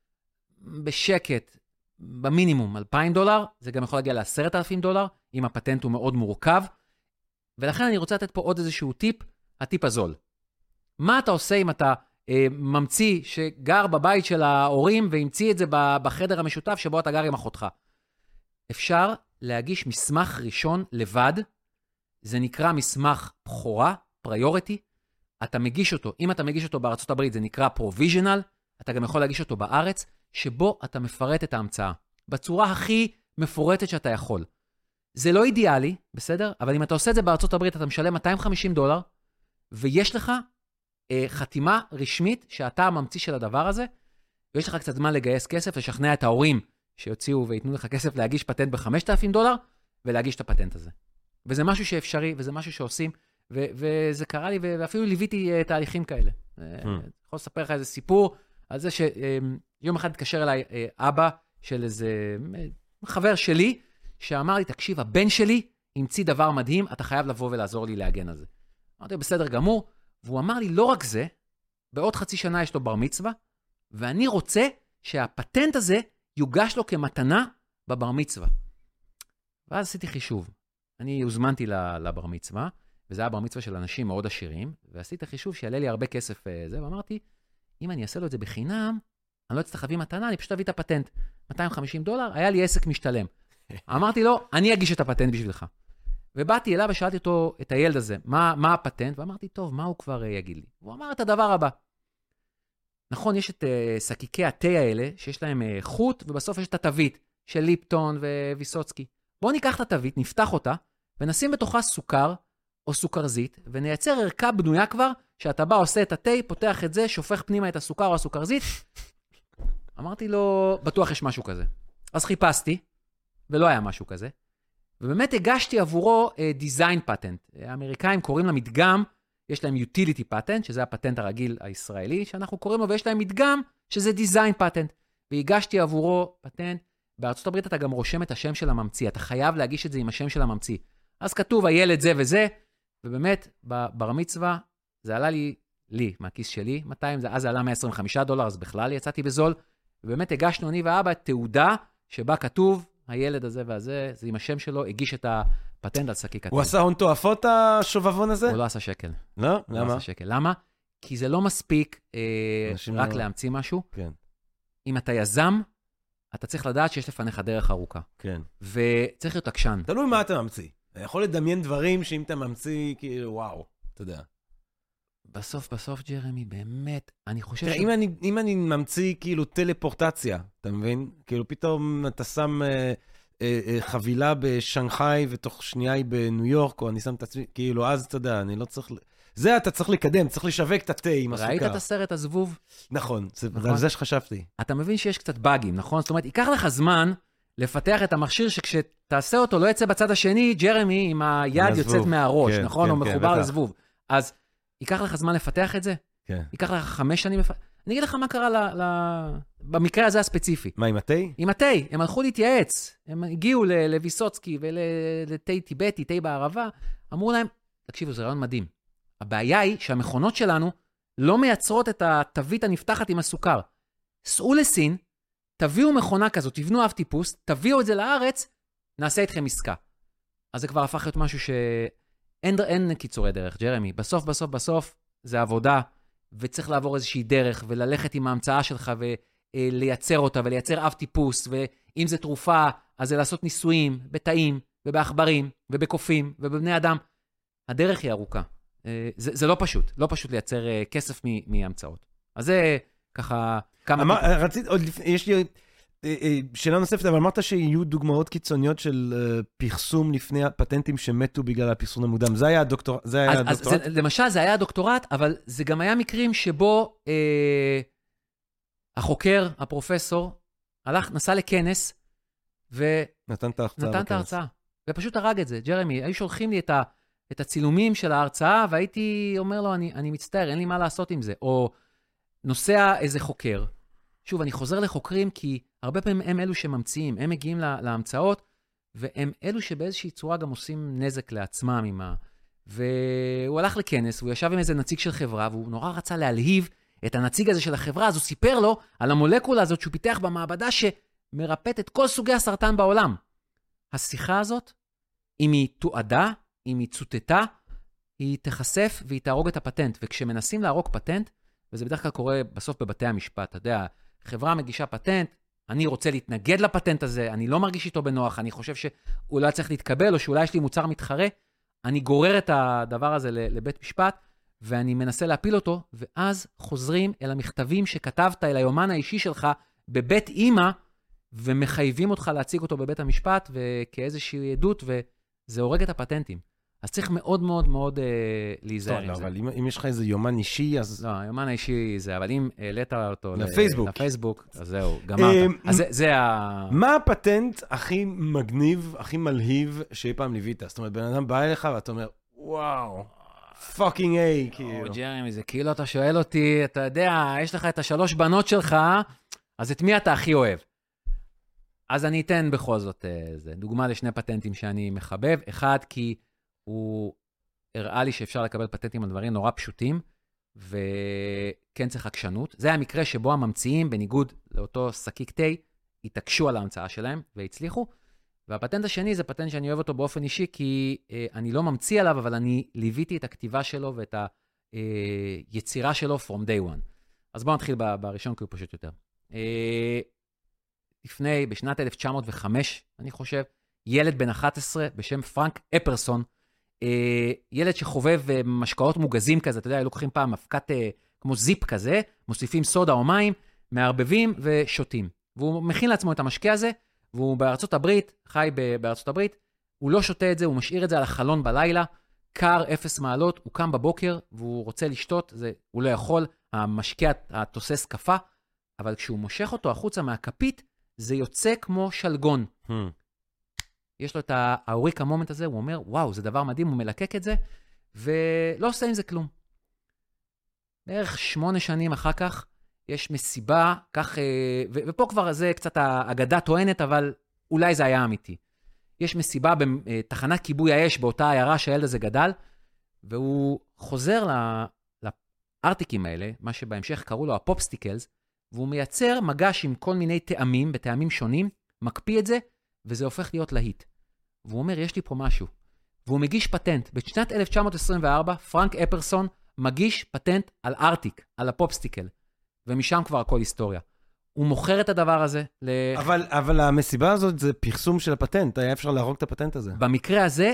בשקט, במינימום $2,000, זה גם יכול להגיע $10,000, אם הפטנט הוא מאוד מורכב. ולכן אני רוצה לתת פה עוד איזשהו טיפ, הטיפ הזול. מה אתה עושה אם אתה ממציא שגר בבית של ההורים, והמציא את זה בחדר המשותף שבו אתה גר עם אחותך? אפשר להגיש מסמך ראשון לבד, זה נקרא מסמך בחורה, פריוריטי, אתה מגיש אותו, אם אתה מגיש אותו בארצות הברית, זה נקרא פרוביז'נל, אתה גם יכול להגיש אותו בארץ, שבו אתה מפרט את ההמצאה, בצורה הכי מפורטת שאתה יכול. זה לא אידיאלי, בסדר? אבל אם אתה עושה את זה בארצות הברית, אתה משלם $250, ויש לך חתימה רשמית שאתה הממציא של הדבר הזה, ויש לך קצת זמן לגייס כסף, לשכנע את ההורים שיוציאו ויתנו לך כסף להגיש פטנט $5,000, ולהגיש את הפטנט הזה. וזה משהו שאפשרי, וזה משהו שעושים, וזה קרה לי, ואפילו ליוויתי תהליכים כאלה. אני יכול לספר לך איזה סיפור, על זה שיום אחד התקשר אליי אבא של איזה חבר שלי, שאמר לי, תקשיב, הבן שלי המציא דבר מדהים, אתה חייב לבוא ולעזור לי להגן על זה. אמרתי, בסדר גמור, והוא אמר לי, לא רק זה, בעוד חצי שנה יש לו בר מצווה, ואני רוצה שהפטנט הזה יוגש לו כמתנה בבר מצווה. ואז עשיתי חישוב. אני הוזמנתי לבר מצווה, וזה היה בר מצווה של אנשים מאוד עשירים, ועשיתי חישוב שיעלה לי הרבה כסף זה, ואמרתי, אם אני אעשה לו את זה בחינם, אני לא אצטרך להביא מתנה, אני פשוט אביא את הפטנט. $250, היה לי עסק משתלם. אמרתי לו, אני אגיש את הפטנט בשבילך. ובאתי אליו ושאלתי אותו, את הילד הזה, מה הפטנט? ואמרתי, טוב, מה הוא כבר יגיד לי? הוא אמר את הדבר הבא. נכון, יש את שקיקי התה האלה, שיש להם חוט, ובסוף יש את התווית של ליפטון וויסוצקי. בואו ניקח את התווית, נפתח אותה, ונשים בתוכה סוכר או סוכרזית, ונייצר ערכה בנויה כבר, שאתה בא, עושה את התה, פותח את זה, שופך פנימה את הסוכר או הסוכרזית. אמרתי לו, בטוח יש משהו כזה. אז חיפשתי, ולא היה משהו כזה. ובאמת הגשתי עבורו דיזיין פטנט. האמריקאים קוראים למדגם, יש להם utility patent, שזה הפטנט הרגיל הישראלי, שאנחנו קוראים לו, ויש להם מדגם, שזה דיזיין פטנט. והגשתי עבורו פטנט. בארצות הברית אתה גם רושם את השם של הממציא, אתה חייב להגיש את זה עם השם של הממציא. אז כתוב, הילד זה וזה, ובאמת, בבר מצווה, זה עלה לי, מהכיס שלי, 200, אז זה עלה $125, אז בכלל יצאתי בזול, ובאמת הגשנו אני ואבא תעודה, שבה כתוב, הילד הזה והזה, זה עם השם שלו, הגיש את הפטנט על שקי כתוב. הוא עשה הון תועפות השובבון הזה? הוא לא עשה שקל. לא? הוא למה? לא עשה שקל. למה? כי זה לא מספיק רק להמציא משהו. כן. אם אתה יזם, אתה צריך לדעת שיש לפניך דרך ארוכה. כן. וצריך להיות עקשן. תלוי מה אתה ממציא. אתה יכול לדמיין דברים שאם אתה ממציא, כאילו, וואו, אתה יודע. בסוף, ג'רמי, באמת, אני חושב תראה, אם אני ממציא כאילו טלפורטציה, אתה מבין? כאילו פתאום אתה שם חבילה בשנגחאי ותוך שנייה היא בניו יורק, או אני שם את עצמי, כאילו אז אתה יודע, אני לא צריך... זה אתה צריך לקדם, צריך לשווק את התה עם הסוכר. ראית את הסרט הזבוב? נכון, זה על זה שחשבתי. אתה מבין שיש קצת באגים, נכון? זאת אומרת, ייקח לך זמן לפתח את המכשיר שכשתעשה אותו לא יצא בצד השני, ג'רמי עם היד יוצאת מהראש, נכון? הוא מחובר לזבוב. אז ייקח לך זמן לפתח את זה? כן. ייקח לך 5 שנים לפתח... אני אגיד לך מה קרה במקרה הזה הספציפי. מה, עם התה? עם התה. הם הלכו להתייעץ. הם הגיעו לויסוצקי ולתה טיבטי, תה בערבה. אמרו להם, תקשיבו, זה רעיון מדהים. הבעיה היא שהמכונות שלנו לא מייצרות את התווית הנפתחת עם הסוכר. סעו לסין, תביאו מכונה כזאת, תבנו אב טיפוס, תביאו את זה לארץ, נעשה איתכם עסקה. אז זה כבר הפך להיות משהו אין קיצורי דרך, ג'רמי. בסוף, זה עבודה, וצריך לעבור איזושהי דרך, וללכת עם ההמצאה שלך, ולייצר אותה, ולייצר אב טיפוס, ואם זה תרופה, אז זה לעשות ניסויים, בתאים, ובעכברים, ובקופים, ובבני אדם. הדרך היא ארוכה. זה לא פשוט לייצר כסף מהמצאות. אז זה ככה כמה... רצית, עוד לפני, יש לי שאלה נוספת, אבל אמרת שיהיו דוגמאות קיצוניות של פרסום לפני הפטנטים שמתו בגלל הפרסום המוקדם. זה היה הדוקטורט? למשל, זה היה הדוקטורט, אבל זה גם היה מקרים שבו החוקר, הפרופסור, נסע לכנס, נתן את ההרצאה. ופשוט הרג את זה. ג'רמי, היו שולחים לי את הצילומים של ההרצאה, והייתי אומר לו, אני מצטער, אין לי מה לעשות עם זה. או נוסע איזה חוקר. שוב, אני חוזר לחוקרים, כי הרבה פעמים הם אלו שממציאים, הם מגיעים להמצאות, והם אלו שבאיזושהי צורה גם עושים נזק לעצמם. והוא הלך לכנס, והוא ישב עם איזה נציג של חברה, והוא נורא רצה להלהיב את הנציג הזה של החברה, אז הוא סיפר לו על המולקולה הזאת שהוא פיתח במעבדה שמרפאת את כל סוגי הסרטן בעולם. השיחה הזאת, אם היא תועדה, אם היא צוטטה, היא תחשף והיא תהרוג את הפטנט. וכשמנסים להרוג פטנט, וזה בדרך כלל קורה בסוף בבתי המשפט, אתה יודע, חברה מגישה פטנט, אני רוצה להתנגד לפטנט הזה, אני לא מרגיש איתו בנוח, אני חושב שאולי צריך להתקבל, או שאולי יש לי מוצר מתחרה, אני גורר את הדבר הזה לבית משפט, ואני מנסה להפיל אותו, ואז חוזרים אל המכתבים שכתבת, אל היומן האישי שלך, בבית אמא, ומחייבים אותך להציג אותו בבית המשפט, וכאיזושהי עדות, וזה הורג את הפטנטים. אז צריך מאוד מאוד מאוד להיזהר עם זה. אבל אם יש לך איזה יומן אישי, אז... לא, היומן האישי זה, אבל אם העלית אותו לפייסבוק, אז זהו, גמרת. אז זה מה הפטנט הכי מגניב, הכי מלהיב שאי פעם ליווית? זאת אומרת, בן אדם בא אליך ואתה אומר, וואו, פאקינג איי, כאילו. ג'רמי, זה כאילו אתה שואל אותי, אתה יודע, יש לך את 3 בנות שלך, אז את מי אתה הכי אוהב? אז אני אתן בכל זאת דוגמה ל2 פטנטים שאני מחבב. אחד, כי הוא הראה לי שאפשר לקבל פטנטים על דברים נורא פשוטים, וכן צריך עקשנות. זה המקרה שבו הממציאים, בניגוד לאותו שקיק תה, התעקשו על ההמצאה שלהם והצליחו. והפטנט השני זה פטנט שאני אוהב אותו באופן אישי, כי אני לא ממציא עליו, אבל אני ליוויתי את הכתיבה שלו ואת היצירה שלו from day one. אז בואו נתחיל בראשון, כי הוא פשוט יותר. בשנת 1905, אני חושב, ילד בן 11 בשם פרנק אפרסון, ילד שחובב משקאות מוגזים כזה, אתה יודע, לוקחים פעם מפקת כמו זיפ כזה, מוסיפים סודה או מים, מערבבים ושותים. והוא מכין לעצמו את המשקה הזה, והוא בארצות הברית, חי בארצות הברית, הוא לא שותה את זה, הוא משאיר את זה על החלון בלילה, קר 0 מעלות, הוא קם בבוקר, והוא רוצה לשתות, הוא לא יכול, המשקה התוסס קפה, אבל כשהוא מושך אותו החוצה מהכפית, זה יוצא כמו שלגון. יש לו את האוריק המומנט הזה, הוא אומר, וואו, זה דבר מדהים, הוא מלקק את זה, ולא עושה עם זה כלום. בערך 8 שנים אחר כך, יש מסיבה, כך, ופה כבר זה קצת האגדה טוענת, אבל אולי זה היה אמיתי. יש מסיבה בתחנת כיבוי האש, באותה עיירה שהילד הזה גדל, והוא חוזר לארטיקים האלה, מה שבהמשך קראו לו הפופסטיקלס, והוא מייצר מגש עם כל מיני טעמים, בטעמים שונים, מקפיא את זה, וזה הופך להיות להיט. והוא אומר, יש לי פה משהו. והוא מגיש פטנט. בשנת 1924, פרנק אפרסון מגיש פטנט על ארטיק, על הפופסטיקל. ומשם כבר הכל היסטוריה. הוא מוכר את הדבר הזה. אבל המסיבה הזאת זה פרסום של הפטנט, היה אפשר להרוג את הפטנט הזה. במקרה הזה,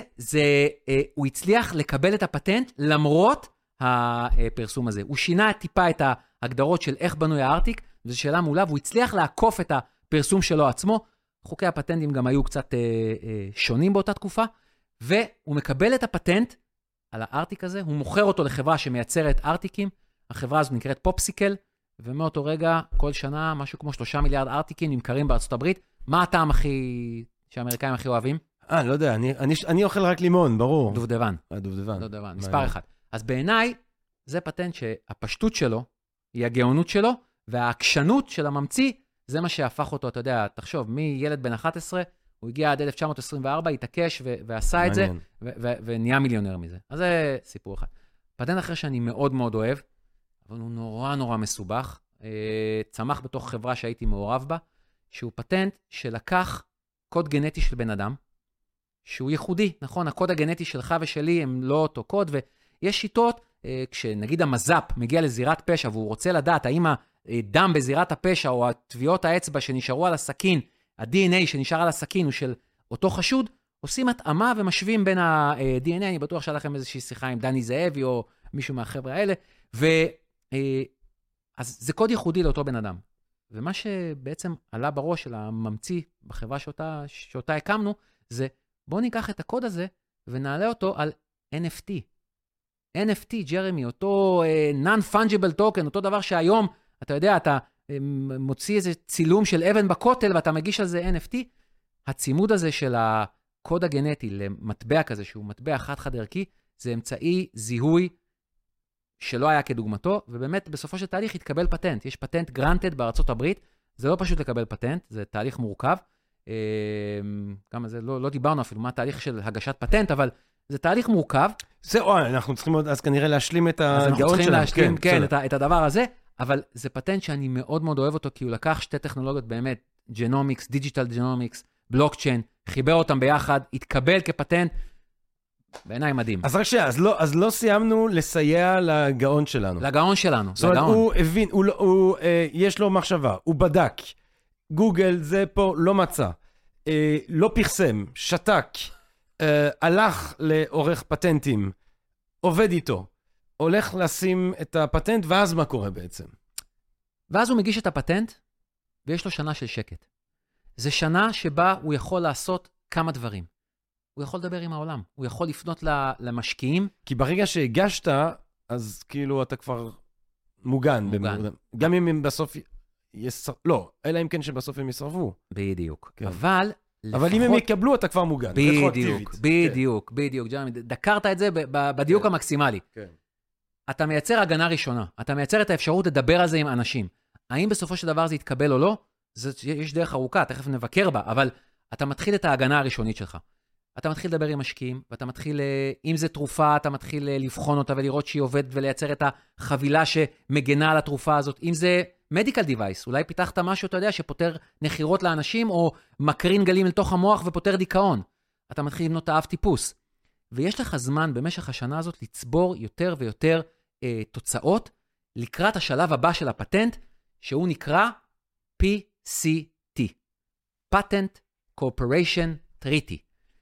הוא הצליח לקבל את הפטנט למרות הפרסום הזה. הוא שינה טיפה את ההגדרות של איך בנוי הארטיק, וזו שאלה מעולה, והוא הצליח לעקוף את הפרסום שלו עצמו. חוקי הפטנטים גם היו קצת שונים באותה תקופה, והוא מקבל את הפטנט על הארטיק הזה, הוא מוכר אותו לחברה שמייצרת ארטיקים, החברה הזאת נקראת פופסיקל, ומאותו רגע, כל שנה, משהו כמו 3 מיליארד ארטיקים נמכרים בארצות הברית. מה הטעם שהאמריקאים הכי אוהבים? לא יודע, אני אוכל רק לימון, ברור. דובדבן. דובדבן. מספר 1. אז בעיניי, זה פטנט שהפשטות שלו, היא הגאונות שלו, והעקשנות של הממציא, זה מה שהפך אותו, אתה יודע, תחשוב, מילד בן 11, הוא הגיע עד 1924, התעקש ועשה את זה, ונהיה מיליונר מזה. אז זה סיפור אחד. פטנט אחר שאני מאוד מאוד אוהב, אבל הוא נורא נורא מסובך, צמח בתוך חברה שהייתי מעורב בה, שהוא פטנט שלקח קוד גנטי של בן אדם, שהוא ייחודי, נכון? הקוד הגנטי שלך ושלי הם לא אותו קוד, ויש שיטות, כשנגיד המז"פ מגיע לזירת פשע, והוא רוצה לדעת האם הדם בזירת הפשע, או הטביעות האצבע שנשארו על הסכין, ה-DNA שנשאר על הסכין הוא של אותו חשוד, עושים התאמה ומשווים בין ה-DNA, אני בטוח שהיה לכם איזושהי שיחה עם דני זאבי, או מישהו מהחבר'ה האלה, אז זה קוד ייחודי לאותו בן אדם. ומה שבעצם עלה בראש של הממציא בחברה שאותה הקמנו, זה בואו ניקח את הקוד הזה ונעלה אותו על NFT. NFT, ג'רמי, אותו non-fungible token, אותו דבר שהיום, אתה יודע, אתה מוציא איזה צילום של אבן בכותל ואתה מגיש על זה NFT. הצימוד הזה של הקוד הגנטי למטבע כזה, שהוא מטבע חד ערכי, זה אמצעי זיהוי שלא היה כדוגמתו, ובאמת בסופו של תהליך התקבל פטנט. יש פטנט גרנטד בארצות הברית, זה לא פשוט לקבל פטנט, זה תהליך מורכב. גם זה לא דיברנו אפילו מה התהליך של הגשת פטנט, אבל זה תהליך מורכב. זהו, אנחנו צריכים עוד אז כנראה להשלים את הגאון שלנו. אנחנו צריכים להשלים, כן, את הדבר הזה, אבל זה פטנט שאני מאוד מאוד אוהב אותו, כי הוא לקח 2 טכנולוגיות באמת, ג'נומיקס, דיג'יטל ג'נומיקס, בלוקצ'יין, חיבר אותם ביחד, התקבל כפטנט, בעיניי מדהים. אז רק שנייה, אז לא סיימנו לסייע לגאון שלנו. לגאון שלנו, זאת אומרת, הוא הבין, יש לו מחשבה, הוא בדק, גוגל זה פה לא מצא, לא פרסם, שתק, הלך לעורך פטנטים, עובד איתו, הולך לשים את הפטנט, ואז מה קורה בעצם? ואז הוא מגיש את הפטנט, ויש לו שנה של שקט. זה שנה שבה הוא יכול לעשות כמה דברים. הוא יכול לדבר עם העולם, הוא יכול לפנות למשקיעים. כי ברגע שהגשת, אז כאילו אתה כבר מוגן. גם אם הם בסוף לא, אלא אם כן שבסוף הם ישרפו. בדיוק. כן. אבל אם הם יקבלו, אתה כבר מוגן. בדיוק. ג'רמי, דקרת את זה בדיוק המקסימלי. כן. אתה מייצר הגנה ראשונה, אתה מייצר את האפשרות לדבר על זה עם אנשים. האם בסופו של דבר זה יתקבל או לא? יש דרך ארוכה, תכף נבקר בה, אבל אתה מתחיל את ההגנה הראשונית שלך. אתה מתחיל לדבר עם משקיעים, ואתה מתחיל, אם זה תרופה, אתה מתחיל לבחון אותה ולראות שהיא עובדת ולייצר את החבילה שמגנה על התרופה הזאת. אם זה medical device, אולי פיתחת משהו, אתה יודע, שפותר נחירות לאנשים, או מקרין גלים לתוך המוח ופותר דיכאון. אתה מתחיל לבנות את האב טיפוס. ויש לך זמן במשך השנה הזאת לצבור יותר ויותר תוצאות, לקראת השלב הבא של הפטנט, שהוא נקרא PCT. Patent Corporation טריטי.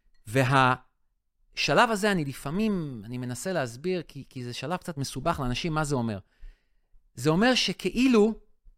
והשלב הזה אני מנסה להסביר, כי זה שלב קצת מסובך לאנשים, מה זה אומר? זה אומר שכאילו,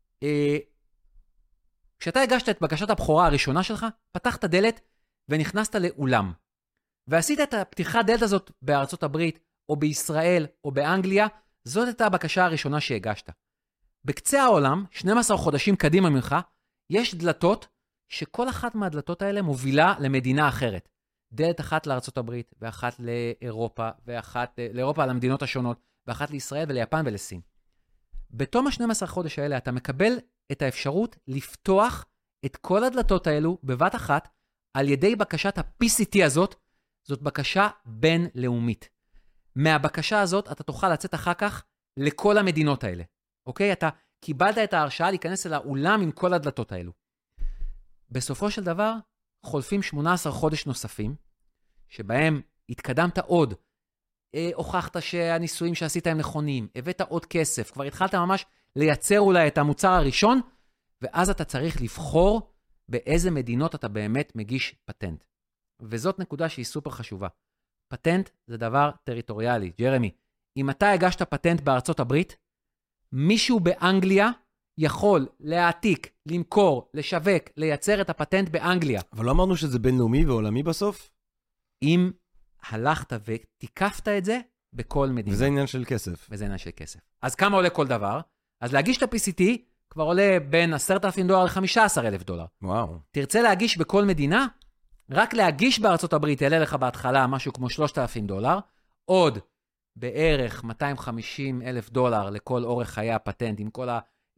כשאתה הגשת את בקשת הבכורה הראשונה שלך, פתחת דלת ונכנסת לאולם. ועשית את הפתיחת דלת הזאת בארצות הברית, או בישראל, או באנגליה, זאת הייתה הבקשה הראשונה שהגשת. בקצה העולם, 12 חודשים קדימה ממך, יש דלתות שכל אחת מהדלתות האלה מובילה למדינה אחרת. דלת אחת לארצות הברית, ואחת לאירופה, ואחת לאירופה, למדינות השונות, ואחת לישראל וליפן ולסין. בתום ה-12 חודש האלה, אתה מקבל את האפשרות לפתוח את כל הדלתות האלו בבת אחת, על ידי בקשת ה-PCT הזאת, זאת בקשה בינלאומית. מהבקשה הזאת, אתה תוכל לצאת אחר כך לכל המדינות האלה. אוקיי? אתה קיבלת את ההרשאה להיכנס אל האולם עם כל הדלתות האלו. בסופו של דבר, חולפים 18 חודש נוספים, שבהם התקדמת עוד, הוכחת שהניסויים שעשית הם נכונים, הבאת עוד כסף, כבר התחלת ממש לייצר אולי את המוצר הראשון, ואז אתה צריך לבחור באיזה מדינות אתה באמת מגיש פטנט. וזאת נקודה שהיא סופר חשובה. פטנט זה דבר טריטוריאלי. ג'רמי, אם אתה הגשת פטנט בארצות הברית, מישהו באנגליה יכול להעתיק, למכור, לשווק, לייצר את הפטנט באנגליה. אבל לא אמרנו שזה בינלאומי ועולמי בסוף? אם הלכת ותיקפת את זה בכל מדינה. וזה עניין של כסף. וזה עניין של כסף. אז כמה עולה כל דבר? אז להגיש את ה-PCT כבר עולה בין $10,000 ל-$15,000. וואו. תרצה להגיש בכל מדינה? רק להגיש בארצות הברית יעלה לך בהתחלה משהו כמו $3,000, עוד בערך $250,000 לכל אורך חיי הפטנט, עם כל ה...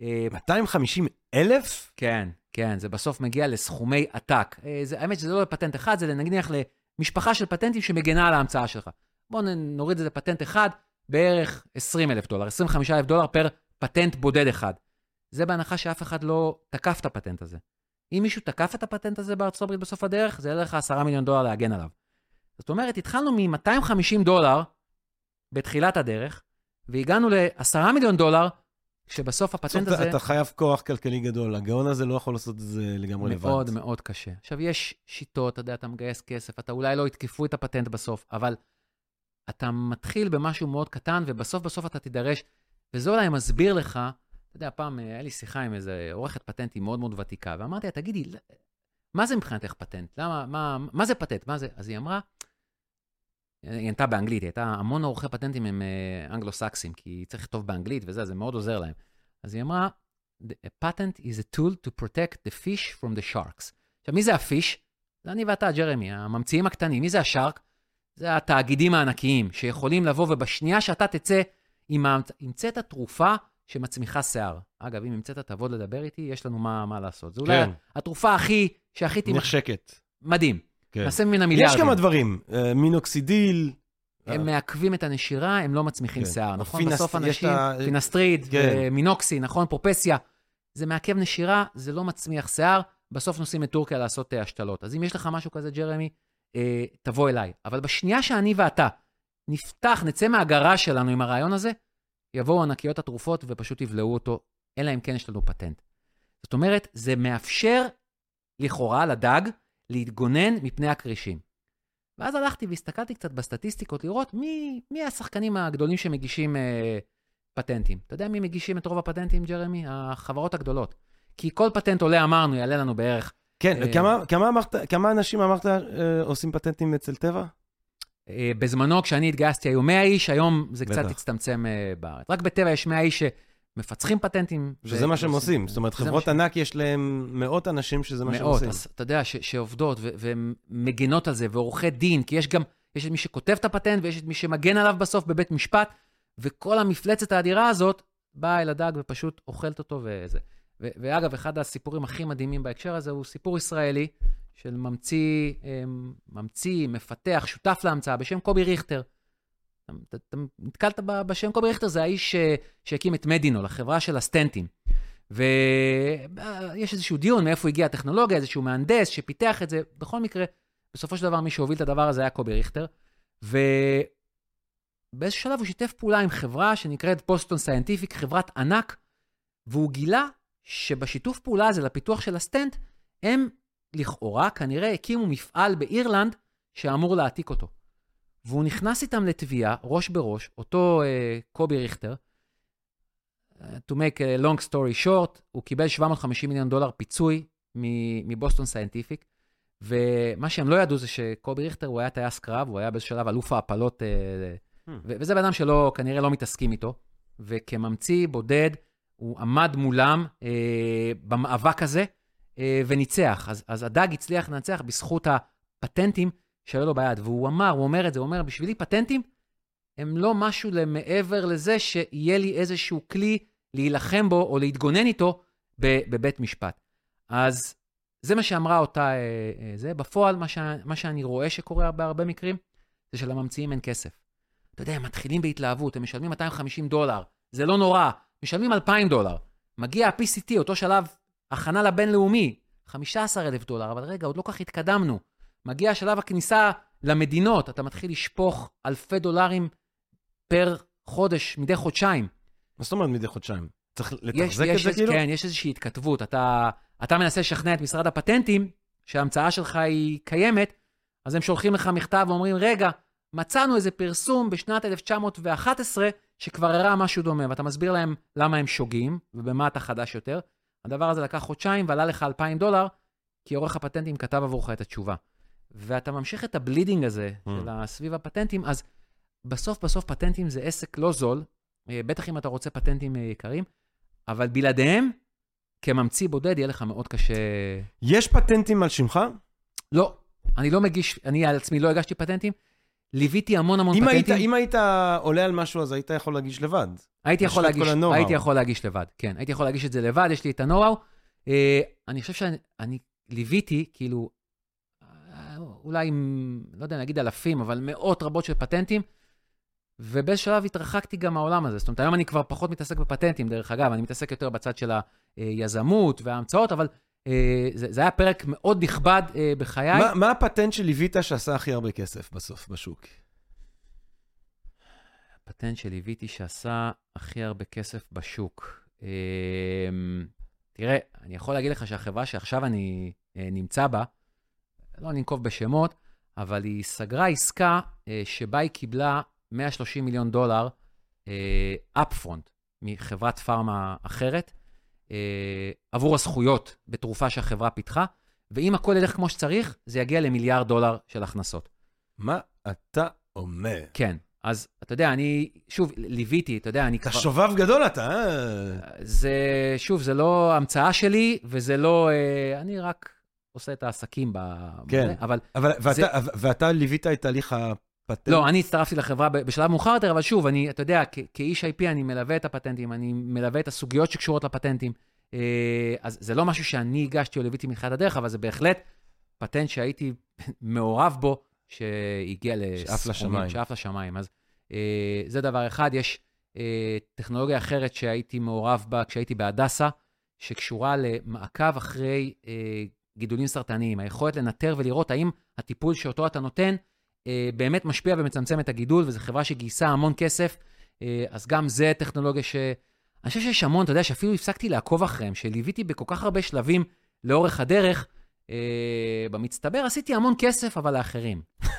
250,000? כן, כן, זה בסוף מגיע לסכומי עתק. האמת שזה לא פטנט אחד, זה נניח למשפחה של פטנטים שמגנה על ההמצאה שלך. בואו נוריד את זה לפטנט אחד, בערך $20,000, $25,000 פר פטנט בודד אחד. זה בהנחה שאף אחד לא תקף את הפטנט הזה. אם מישהו תקף את הפטנט הזה בארצות הברית בסוף הדרך, זה יהיה לך $10 מיליון להגן עליו. זאת אומרת, התחלנו $250 בתחילת הדרך, והגענו $10 מיליון, שבסוף הפטנט הזה... אתה חייב כוח כלכלי גדול, הגאון הזה לא יכול לעשות את זה לגמרי לבד. מאוד מאוד קשה. עכשיו, יש שיטות, אתה יודע, אתה מגייס כסף, אתה אולי לא יתקפו את הפטנט בסוף, אבל אתה מתחיל במשהו מאוד קטן, ובסוף אתה תידרש, וזה אולי מסביר לך, אתה יודע, פעם היה לי שיחה עם איזה עורכת פטנטים מאוד מאוד ותיקה, ואמרתי, תגידי, מה זה מבחינתך פטנט? מה זה פטנט? מה זה? אז היא אמרה, היא ענתה באנגלית, היא הייתה המון עורכי פטנטים הם אנגלו-סקסים, כי צריך לכתוב באנגלית וזה, זה מאוד עוזר להם. אז היא אמרה, a patent is a tool to protect the fish from the sharks. עכשיו, מי זה הפיש? זה אני ואתה, ג'רמי, הממציאים הקטנים. מי זה השארק? זה התאגידים הענקיים, שיכולים לבוא, ובשנייה שאתה תצא, המצאת תרופה שמצמיחה שיער. אגב, אם המצאת תעבוד לדבר איתי, יש לנו מה לעשות. זה אולי התרופה שהכי נחשקת. מדהים. כן. נעשה ממנה מיליארדים. יש כמה דברים, מינוקסידיל. הם מעכבים את הנשירה, הם לא מצמיחים כן. שיער, נכון? בסוף אנשים, פינסטריד, כן. מינוקסי, נכון? פרופסיה. זה מעכב נשירה, זה לא מצמיח שיער, בסוף נוסעים לטורקיה לעשות השתלות. אז אם יש לך משהו כזה, ג'רמי, תבוא אליי. אבל בשנייה שאני ואתה נצא מהגרה שלנו עם הרעיון הזה, יבואו ענקיות התרופות ופשוט יבלעו אותו, אלא אם כן יש לנו פטנט. זאת אומרת, זה מאפשר לכאורה לדג להתגונן מפני הקרישים. ואז הלכתי והסתכלתי קצת בסטטיסטיקות לראות מי השחקנים הגדולים שמגישים פטנטים. אתה יודע מי מגישים את רוב הפטנטים, ג'רמי? החברות הגדולות. כי כל פטנט עולה, אמרנו, יעלה לנו בערך... כן, כמה אנשים אמרת עושים פטנטים אצל טבע? בזמנו, כשאני התגייסתי, היו 100 איש, היום זה קצת הצטמצם בארץ. רק בטבע יש 100 איש שמפצחים פטנטים. שזה מה שהם עושים. זאת אומרת, חברות ענק יש להם מאות אנשים שזה מה שהם עושים. מאות, אז אתה יודע, שעובדות ומגנות על זה, ועורכי דין, כי יש את מי שכותב את הפטנט, ויש את מי שמגן עליו בסוף בבית משפט, וכל המפלצת האדירה הזאת באה אל הדג ופשוט אוכלת אותו וזה. ואגב, אחד הסיפורים הכי מדהימים בהקשר הזה הוא סיפור ישראלי, של ממציא, מפתח, שותף להמצאה, בשם קובי ריכטר. אתה נתקלת בשם קובי ריכטר, זה האיש שהקים את מדינול, החברה של הסטנטים. ויש איזשהו דיון מאיפה הגיעה הטכנולוגיה, איזשהו מהנדס שפיתח את זה. בכל מקרה, בסופו של דבר, מי שהוביל את הדבר הזה היה קובי ריכטר. ובאיזשהו שלב הוא שיתף פעולה עם חברה שנקראת פוסטון סיינטיפיק, חברת ענק, והוא גילה שבשיתוף פעולה הזה לפיתוח של הסטנט, הם לכאורה, כנראה הקימו מפעל באירלנד שאמור להעתיק אותו. והוא נכנס איתם לתביעה, ראש בראש, אותו קובי ריכטר, to make a long story short, הוא קיבל $750 מיליון פיצוי מבוסטון סיינטיפיק, ומה שהם לא ידעו זה שקובי ריכטר הוא היה טייס קרב, הוא היה בשלב אלוף ההפלות, וזה בן אדם שלא, כנראה לא מתעסקים איתו, וכממציא בודד, הוא עמד מולם במאבק הזה, וניצח. אז הדג הצליח לנצח בזכות הפטנטים שהיו לו ביד, והוא אומר את זה, הוא אומר, בשבילי פטנטים, הם לא משהו למעבר לזה שיהיה לי איזשהו כלי להילחם בו או להתגונן איתו בבית משפט. אז זה מה שאמרה אותה, זה בפועל, מה שאני רואה שקורה בהרבה מקרים, זה שלממציאים אין כסף. אתה יודע, הם מתחילים בהתלהבות, הם משלמים $250, זה לא נורא, משלמים $2,000. מגיע ה-PCT, אותו שלב הכנה לבינלאומי, $15,000, אבל רגע, עוד לא כך התקדמנו. מגיע שלב הכניסה למדינות, אתה מתחיל לשפוך $אלפי פר חודש, מדי חודשיים. מה זאת אומרת מדי חודשיים? צריך לתחזק את זה כאילו? כן, יש איזושהי התכתבות. אתה מנסה לשכנע את משרד הפטנטים, שההמצאה שלך היא קיימת, אז הם שולחים לך מכתב ואומרים, רגע, מצאנו איזה פרסום בשנת 1911, שכבר הראה משהו דומה, ואתה מסביר להם למה הם שוגים, ובמה אתה חדש יותר. הדבר הזה לקח חודשיים, ועלה לך $2,000, כי עורך הפטנטים כתב עבורך את התשובה. ואתה ממשיך את הבלידינג הזה, של סביב הפטנטים, אז בסוף פטנטים זה עסק לא זול, בטח אם אתה רוצה פטנטים יקרים, אבל בלעדיהם, כממציא בודד, יהיה לך מאוד קשה... יש פטנטים על שמך? לא, אני לא מגיש, אני על עצמי לא הגשתי פטנטים, ליוויתי המון פטנטים. אם היית עולה על משהו, אז היית יכול להגיש לבד. הייתי יכול להגיש לבד, כן, הייתי יכול להגיש את זה לבד, יש לי את הנואו. אני חושב שאני ליוויתי, כאילו, אולי, לא יודע, נגיד אלפים, אבל מאות רבות של פטנטים, ובאיזה שלב התרחקתי גם מהעולם הזה. זאת אומרת, היום אני כבר פחות מתעסק בפטנטים, דרך אגב, אני מתעסק יותר בצד של היזמות וההמצאות, אבל זה היה פרק מאוד נכבד בחיי. מה הפטנט שליווית שעשה הכי הרבה כסף בסוף, בשוק? הפטנט שליוויתי שעשה הכי הרבה כסף בשוק. תראה, אני יכול להגיד לך שהחברה שעכשיו אני נמצא בה, לא ננקוב בשמות, אבל היא סגרה עסקה שבה היא קיבלה $130 מיליון upfront מחברת פארמה אחרת, עבור הזכויות בתרופה שהחברה פיתחה, ואם הכל ילך כמו שצריך, זה יגיע $1 מיליארד של הכנסות. מה אתה אומר? כן, אז אתה יודע, אני, שוב, ליוויתי, אתה יודע, אני כבר... אתה שובב גדול אתה, שוב, זה לא המצאה שלי, וזה לא, אני רק עושה את העסקים כן, ואתה ליווית את תהליך הפטנט? לא, אני הצטרפתי לחברה בשלב מאוחר יותר, אבל שוב, אתה יודע, כאיש IP אני מלווה את הפטנטים, אני מלווה את הסוגיות שקשורות לפטנטים, אז זה לא משהו שאני הגשתי או ליוויתי מתחילת הדרך, אבל זה בהחלט פטנט שהייתי מעורב בו, שהגיע לסכומים, שאף לשמיים. אז זה דבר אחד. יש טכנולוגיה אחרת שהייתי מעורב בה כשהייתי בהדסה, שקשורה למעקב אחרי גידולים סרטניים. היכולת לנטר ולראות האם הטיפול שאותו אתה נותן באמת משפיע ומצמצם את הגידול, וזו חברה שגייסה המון כסף. אז גם זה טכנולוגיה אני חושב שיש המון, אתה יודע, שאפילו הפסקתי לעקוב אחריהם, שליוויתי בכל כך הרבה שלבים לאורך הדרך, במצטבר עשיתי המון כסף, אבל לאחרים.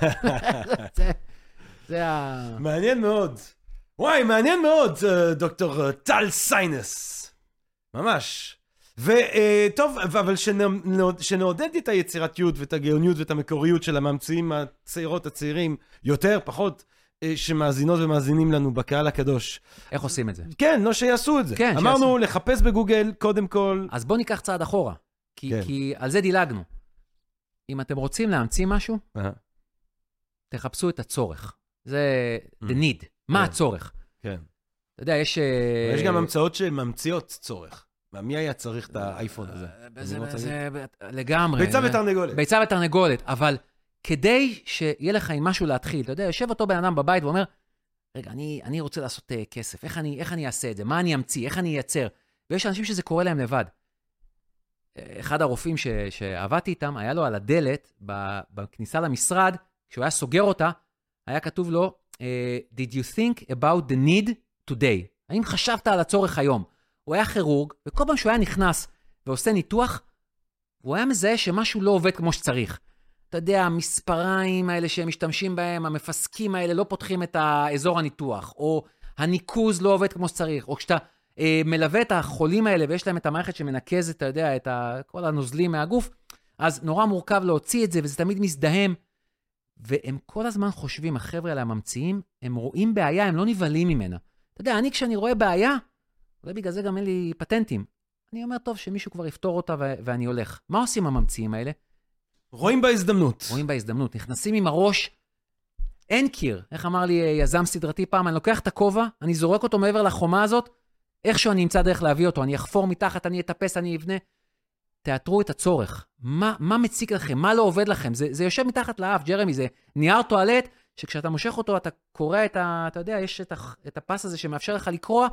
זה מעניין מאוד. וואי, מעניין מאוד, דוקטור טל סיינס. ממש. וטוב, אבל שנעודד את היצירתיות ואת הגאוניות ואת המקוריות של הממציאים הצעירות, הצעירים, יותר, פחות, שמאזינות ומאזינים לנו בקהל הקדוש. איך עושים את זה? כן, לא שיעשו את זה. כן, אמרנו לחפש בגוגל, קודם כל. אז בוא ניקח צעד אחורה, כי על זה דילגנו. אם אתם רוצים להמציא משהו, תחפשו את הצורך. זה the need. מה הצורך? כן. אתה יודע, יש גם המצאות שממציאות צורך. מי היה צריך את האייפון הזה? זה לגמרי. ביצה ותרנגולת. ביצה ותרנגולת, אבל כדי שיהיה לך עם משהו להתחיל, אתה יודע, יושב אותו בן אדם בבית ואומר, רגע, אני רוצה לעשות כסף, איך אני אעשה את זה? מה אני אמציא? איך אני אייצר? ויש אנשים שזה קורה להם לבד. אחד הרופאים שעבדתי איתם, היה לו על הדלת, בכניסה למשרד, כשהוא היה סוגר אותה, היה כתוב לו, Did you think about the need today? האם חשבת על הצורך היום? הוא היה כירורג, וכל פעם שהוא היה נכנס ועושה ניתוח, והוא היה מזהה שמשהו לא עובד כמו שצריך. אתה יודע, המספריים האלה שהם משתמשים בהם, המפסקים האלה לא פותחים את האזור הניתוח, או הניקוז לא עובד כמו שצריך, או כשאתה מלווה את החולים האלה, ויש להם את המערכת שמנקזת, אתה יודע, את כל הנוזלים מהגוף, אז נורא מורכב להוציא את זה, וזה תמיד מזדהם. והם כל הזמן חושבים, החבר'ה האלה הממציאים, הם רואים בעיה, הם לא נבהלים ממנה. אתה יודע, אני כשאני רואה בעיה, אולי בגלל זה גם אין לי פטנטים. אני אומר, טוב, שמישהו כבר יפתור אותה ואני הולך. מה עושים הממציאים האלה? רואים בהזדמנות. רואים בהזדמנות. נכנסים עם הראש, אין קיר. איך אמר לי יזם סדרתי פעם, אני לוקח את הכובע, אני זורק אותו מעבר לחומה הזאת, איכשהו אני אמצא דרך להביא אותו, אני אחפור מתחת, אני אטפס, אני אבנה. תיאטרו את הצורך. מה מציק לכם? מה לא עובד לכם? זה יושב מתחת לאף, ג'רמי, זה נייר טואלט, שכשאתה מושך אותו, אתה קורא אתה יודע, יש את הפס הזה שמאפשר לך לקרוא,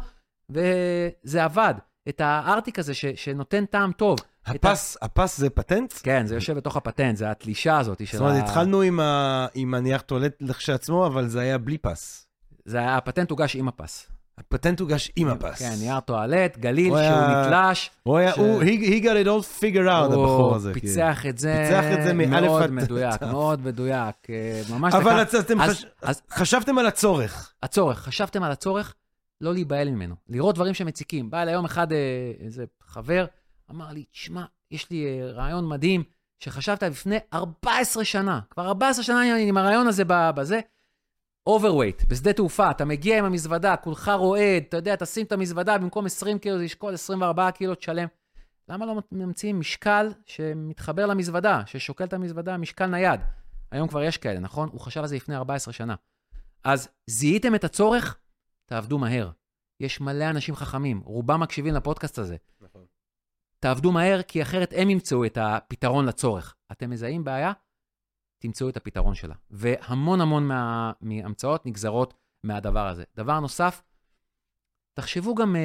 וזה עבד. את הארטיק הזה שנותן טעם טוב. הפס זה פטנט? כן, זה יושב בתוך הפטנט, זה התלישה הזאת. זאת אומרת, התחלנו עם הנייר טואלט לכשעצמו, אבל זה היה בלי פס. הפטנט הוגש עם הפס. הפטנט הוגש עם הפס. כן, נייר טואלט, גליל שהוא נתלש. he got it all figured out, הבחור הזה. הוא פיצח את זה מאוד מדויק, מאוד מדויק. אבל אתם חשבתם על הצורך. חשבתם על הצורך, לא להיבהל ממנו. לראות דברים שמציקים. בא אליי יום אחד איזה חבר, אמר לי, תשמע, יש לי רעיון מדהים, שחשבת לפני 14 שנה. כבר 14 שנה אני עם הרעיון הזה בזה. overweight, בשדה תעופה, אתה מגיע עם המזוודה, כולך רועד, אתה יודע, תשים את המזוודה, במקום 20 קילו, זה ישקול 24 קילו, תשלם. למה לא ממציאים משקל שמתחבר למזוודה, ששוקל את המזוודה, משקל נייד? היום כבר יש כאלה, נכון? הוא חשב על זה לפני 14 שנה. אז זיהיתם את הצורך? תעבדו מהר. יש מלא אנשים חכמים, רובם מקשיבים לפודקאסט הזה. נכון. תעבדו מהר, כי אחרת הם ימצאו את הפתרון לצורך. אתם מזהים בעיה? תמצאו את הפתרון שלה. והמון המון מהמצאות נגזרות מהדבר הזה. דבר נוסף, תחשבו גם,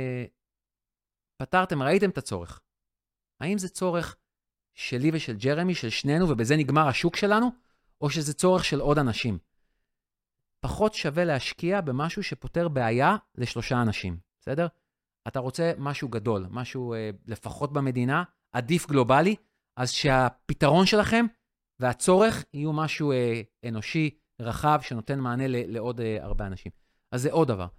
פתרתם, ראיתם את הצורך. האם זה צורך שלי ושל ג'רמי, של שנינו, ובזה נגמר השוק שלנו, או שזה צורך של עוד אנשים? פחות שווה להשקיע במשהו שפותר בעיה ל3 אנשים, בסדר? אתה רוצה משהו גדול, משהו לפחות במדינה, עדיף גלובלי, אז שהפתרון שלכם והצורך יהיו משהו אנושי, רחב, שנותן מענה לעוד הרבה אנשים. אז זה עוד דבר.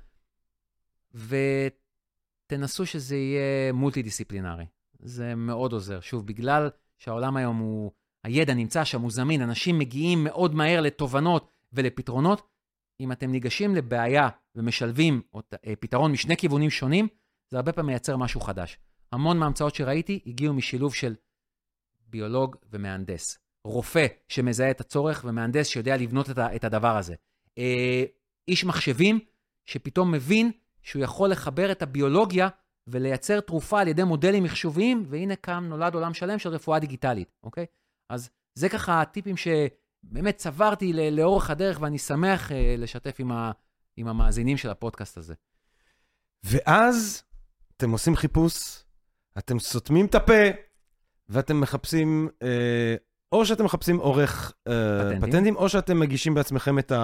ותנסו שזה יהיה מולטי-דיסציפלינרי. זה מאוד עוזר. שוב, בגלל שהעולם היום הוא, הידע נמצא שם, הוא זמין, אנשים מגיעים מאוד מהר לתובנות ולפתרונות. אם אתם ניגשים לבעיה ומשלבים פתרון משני כיוונים שונים, זה הרבה פעמים מייצר משהו חדש. המון מהמצאות שראיתי הגיעו משילוב של ביולוג ומהנדס. רופא שמזהה את הצורך ומהנדס שיודע לבנות את הדבר הזה. איש מחשבים שפתאום מבין שהוא יכול לחבר את הביולוגיה ולייצר תרופה על ידי מודלים מחשוביים, והנה כאן נולד עולם שלם של רפואה דיגיטלית, אוקיי? אז זה ככה הטיפים שבאמת צברתי לאורך הדרך, ואני שמח לשתף עם המאזינים של הפודקאסט הזה. ואז אתם עושים חיפוש, אתם סותמים את הפה, ואתם מחפשים, או שאתם מחפשים עורך פטנטים, או שאתם מגישים בעצמכם את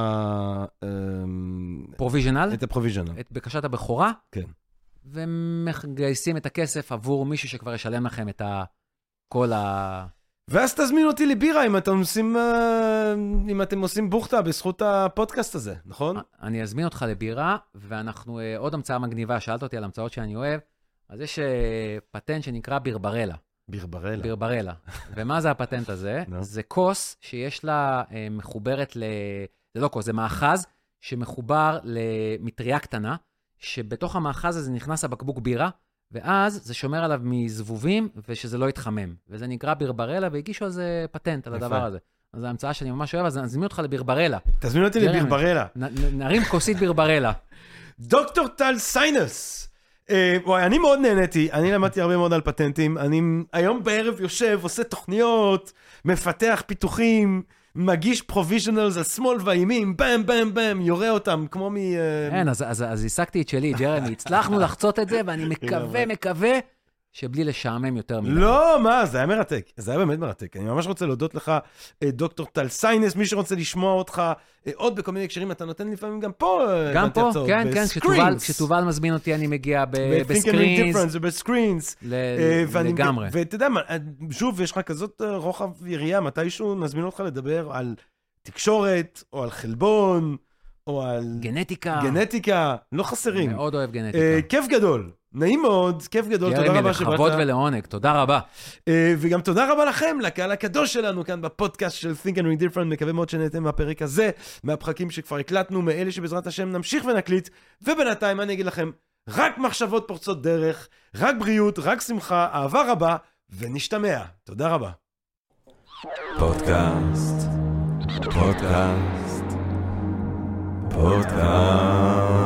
פרוביז'נל? את הפרוביז'נל. את בקשת הבכורה? כן. ומגייסים את הכסף עבור מישהו שכבר ישלם לכם את כל ה... ואז תזמין אותי לבירה אם אתם עושים בוכתה בזכות הפודקאסט הזה, נכון? אני אזמין אותך לבירה, ואנחנו עוד המצאה מגניבה, שאלת אותי על המצאות שאני אוהב, אז יש פטנט שנקרא בירברלה. בירברלה. בירברלה. ומה זה הפטנט הזה? זה כוס שיש לה מחוברת זה לא כוס, זה מאחז שמחובר למטריה קטנה, שבתוך המאחז הזה נכנס הבקבוק בירה, ואז זה שומר עליו מזבובים, ושזה לא יתחמם. וזה נקרא בירברלה, והגישו על זה פטנט, על הדבר הזה. אז זו המצאה שאני ממש אוהב, אז נזמין אותך לבירברלה. תזמין אותי לבירברלה. נרים כוסית בירברלה. דוקטור טל סיינס. וואי, אני מאוד נהניתי, אני למדתי הרבה מאוד על פטנטים, אני היום בערב יושב, עושה תוכניות, מפתח פיתוחים, מגיש פרוביז'נלס על שמאל וימין, בם, בם, בם, יורה אותם, כמו כן, אז הסקתי את שלי, ג'רמי, הצלחנו לחצות את זה, ואני מקווה שבלי לשעמם יותר מדי. לא, מה, זה היה מרתק. זה היה באמת מרתק. אני ממש רוצה להודות לך, דוקטור טל סיינס, מי שרוצה לשמוע אותך, עוד בכל מיני הקשרים, אתה נותן לפעמים גם פה, גם פה, כן, כן, כשתובל מזמין אותי, אני מגיע בסקרינס. לגמרי. ואתה יודע מה, שוב, יש לך כזאת רוחב יריעה, מתישהו נזמין אותך לדבר על תקשורת, או על חלבון, או על... גנטיקה, לא חסרים. מאוד אוהב גנטיקה. כיף גדול. נעים מאוד, כיף גדול, תודה רבה שבאת. לכבוד ולעונג, תודה רבה. וגם תודה רבה לכם, לקהל הקדוש שלנו כאן בפודקאסט של Think and Ring Different, מקווה מאוד שנהנתם מהפרק הזה, מהפרקים שכבר הקלטנו, מאלה שבעזרת השם נמשיך ונקליט, ובינתיים אני אגיד לכם, רק מחשבות פורצות דרך, רק בריאות, רק שמחה, אהבה רבה, ונשתמע. תודה רבה. פודקאסט.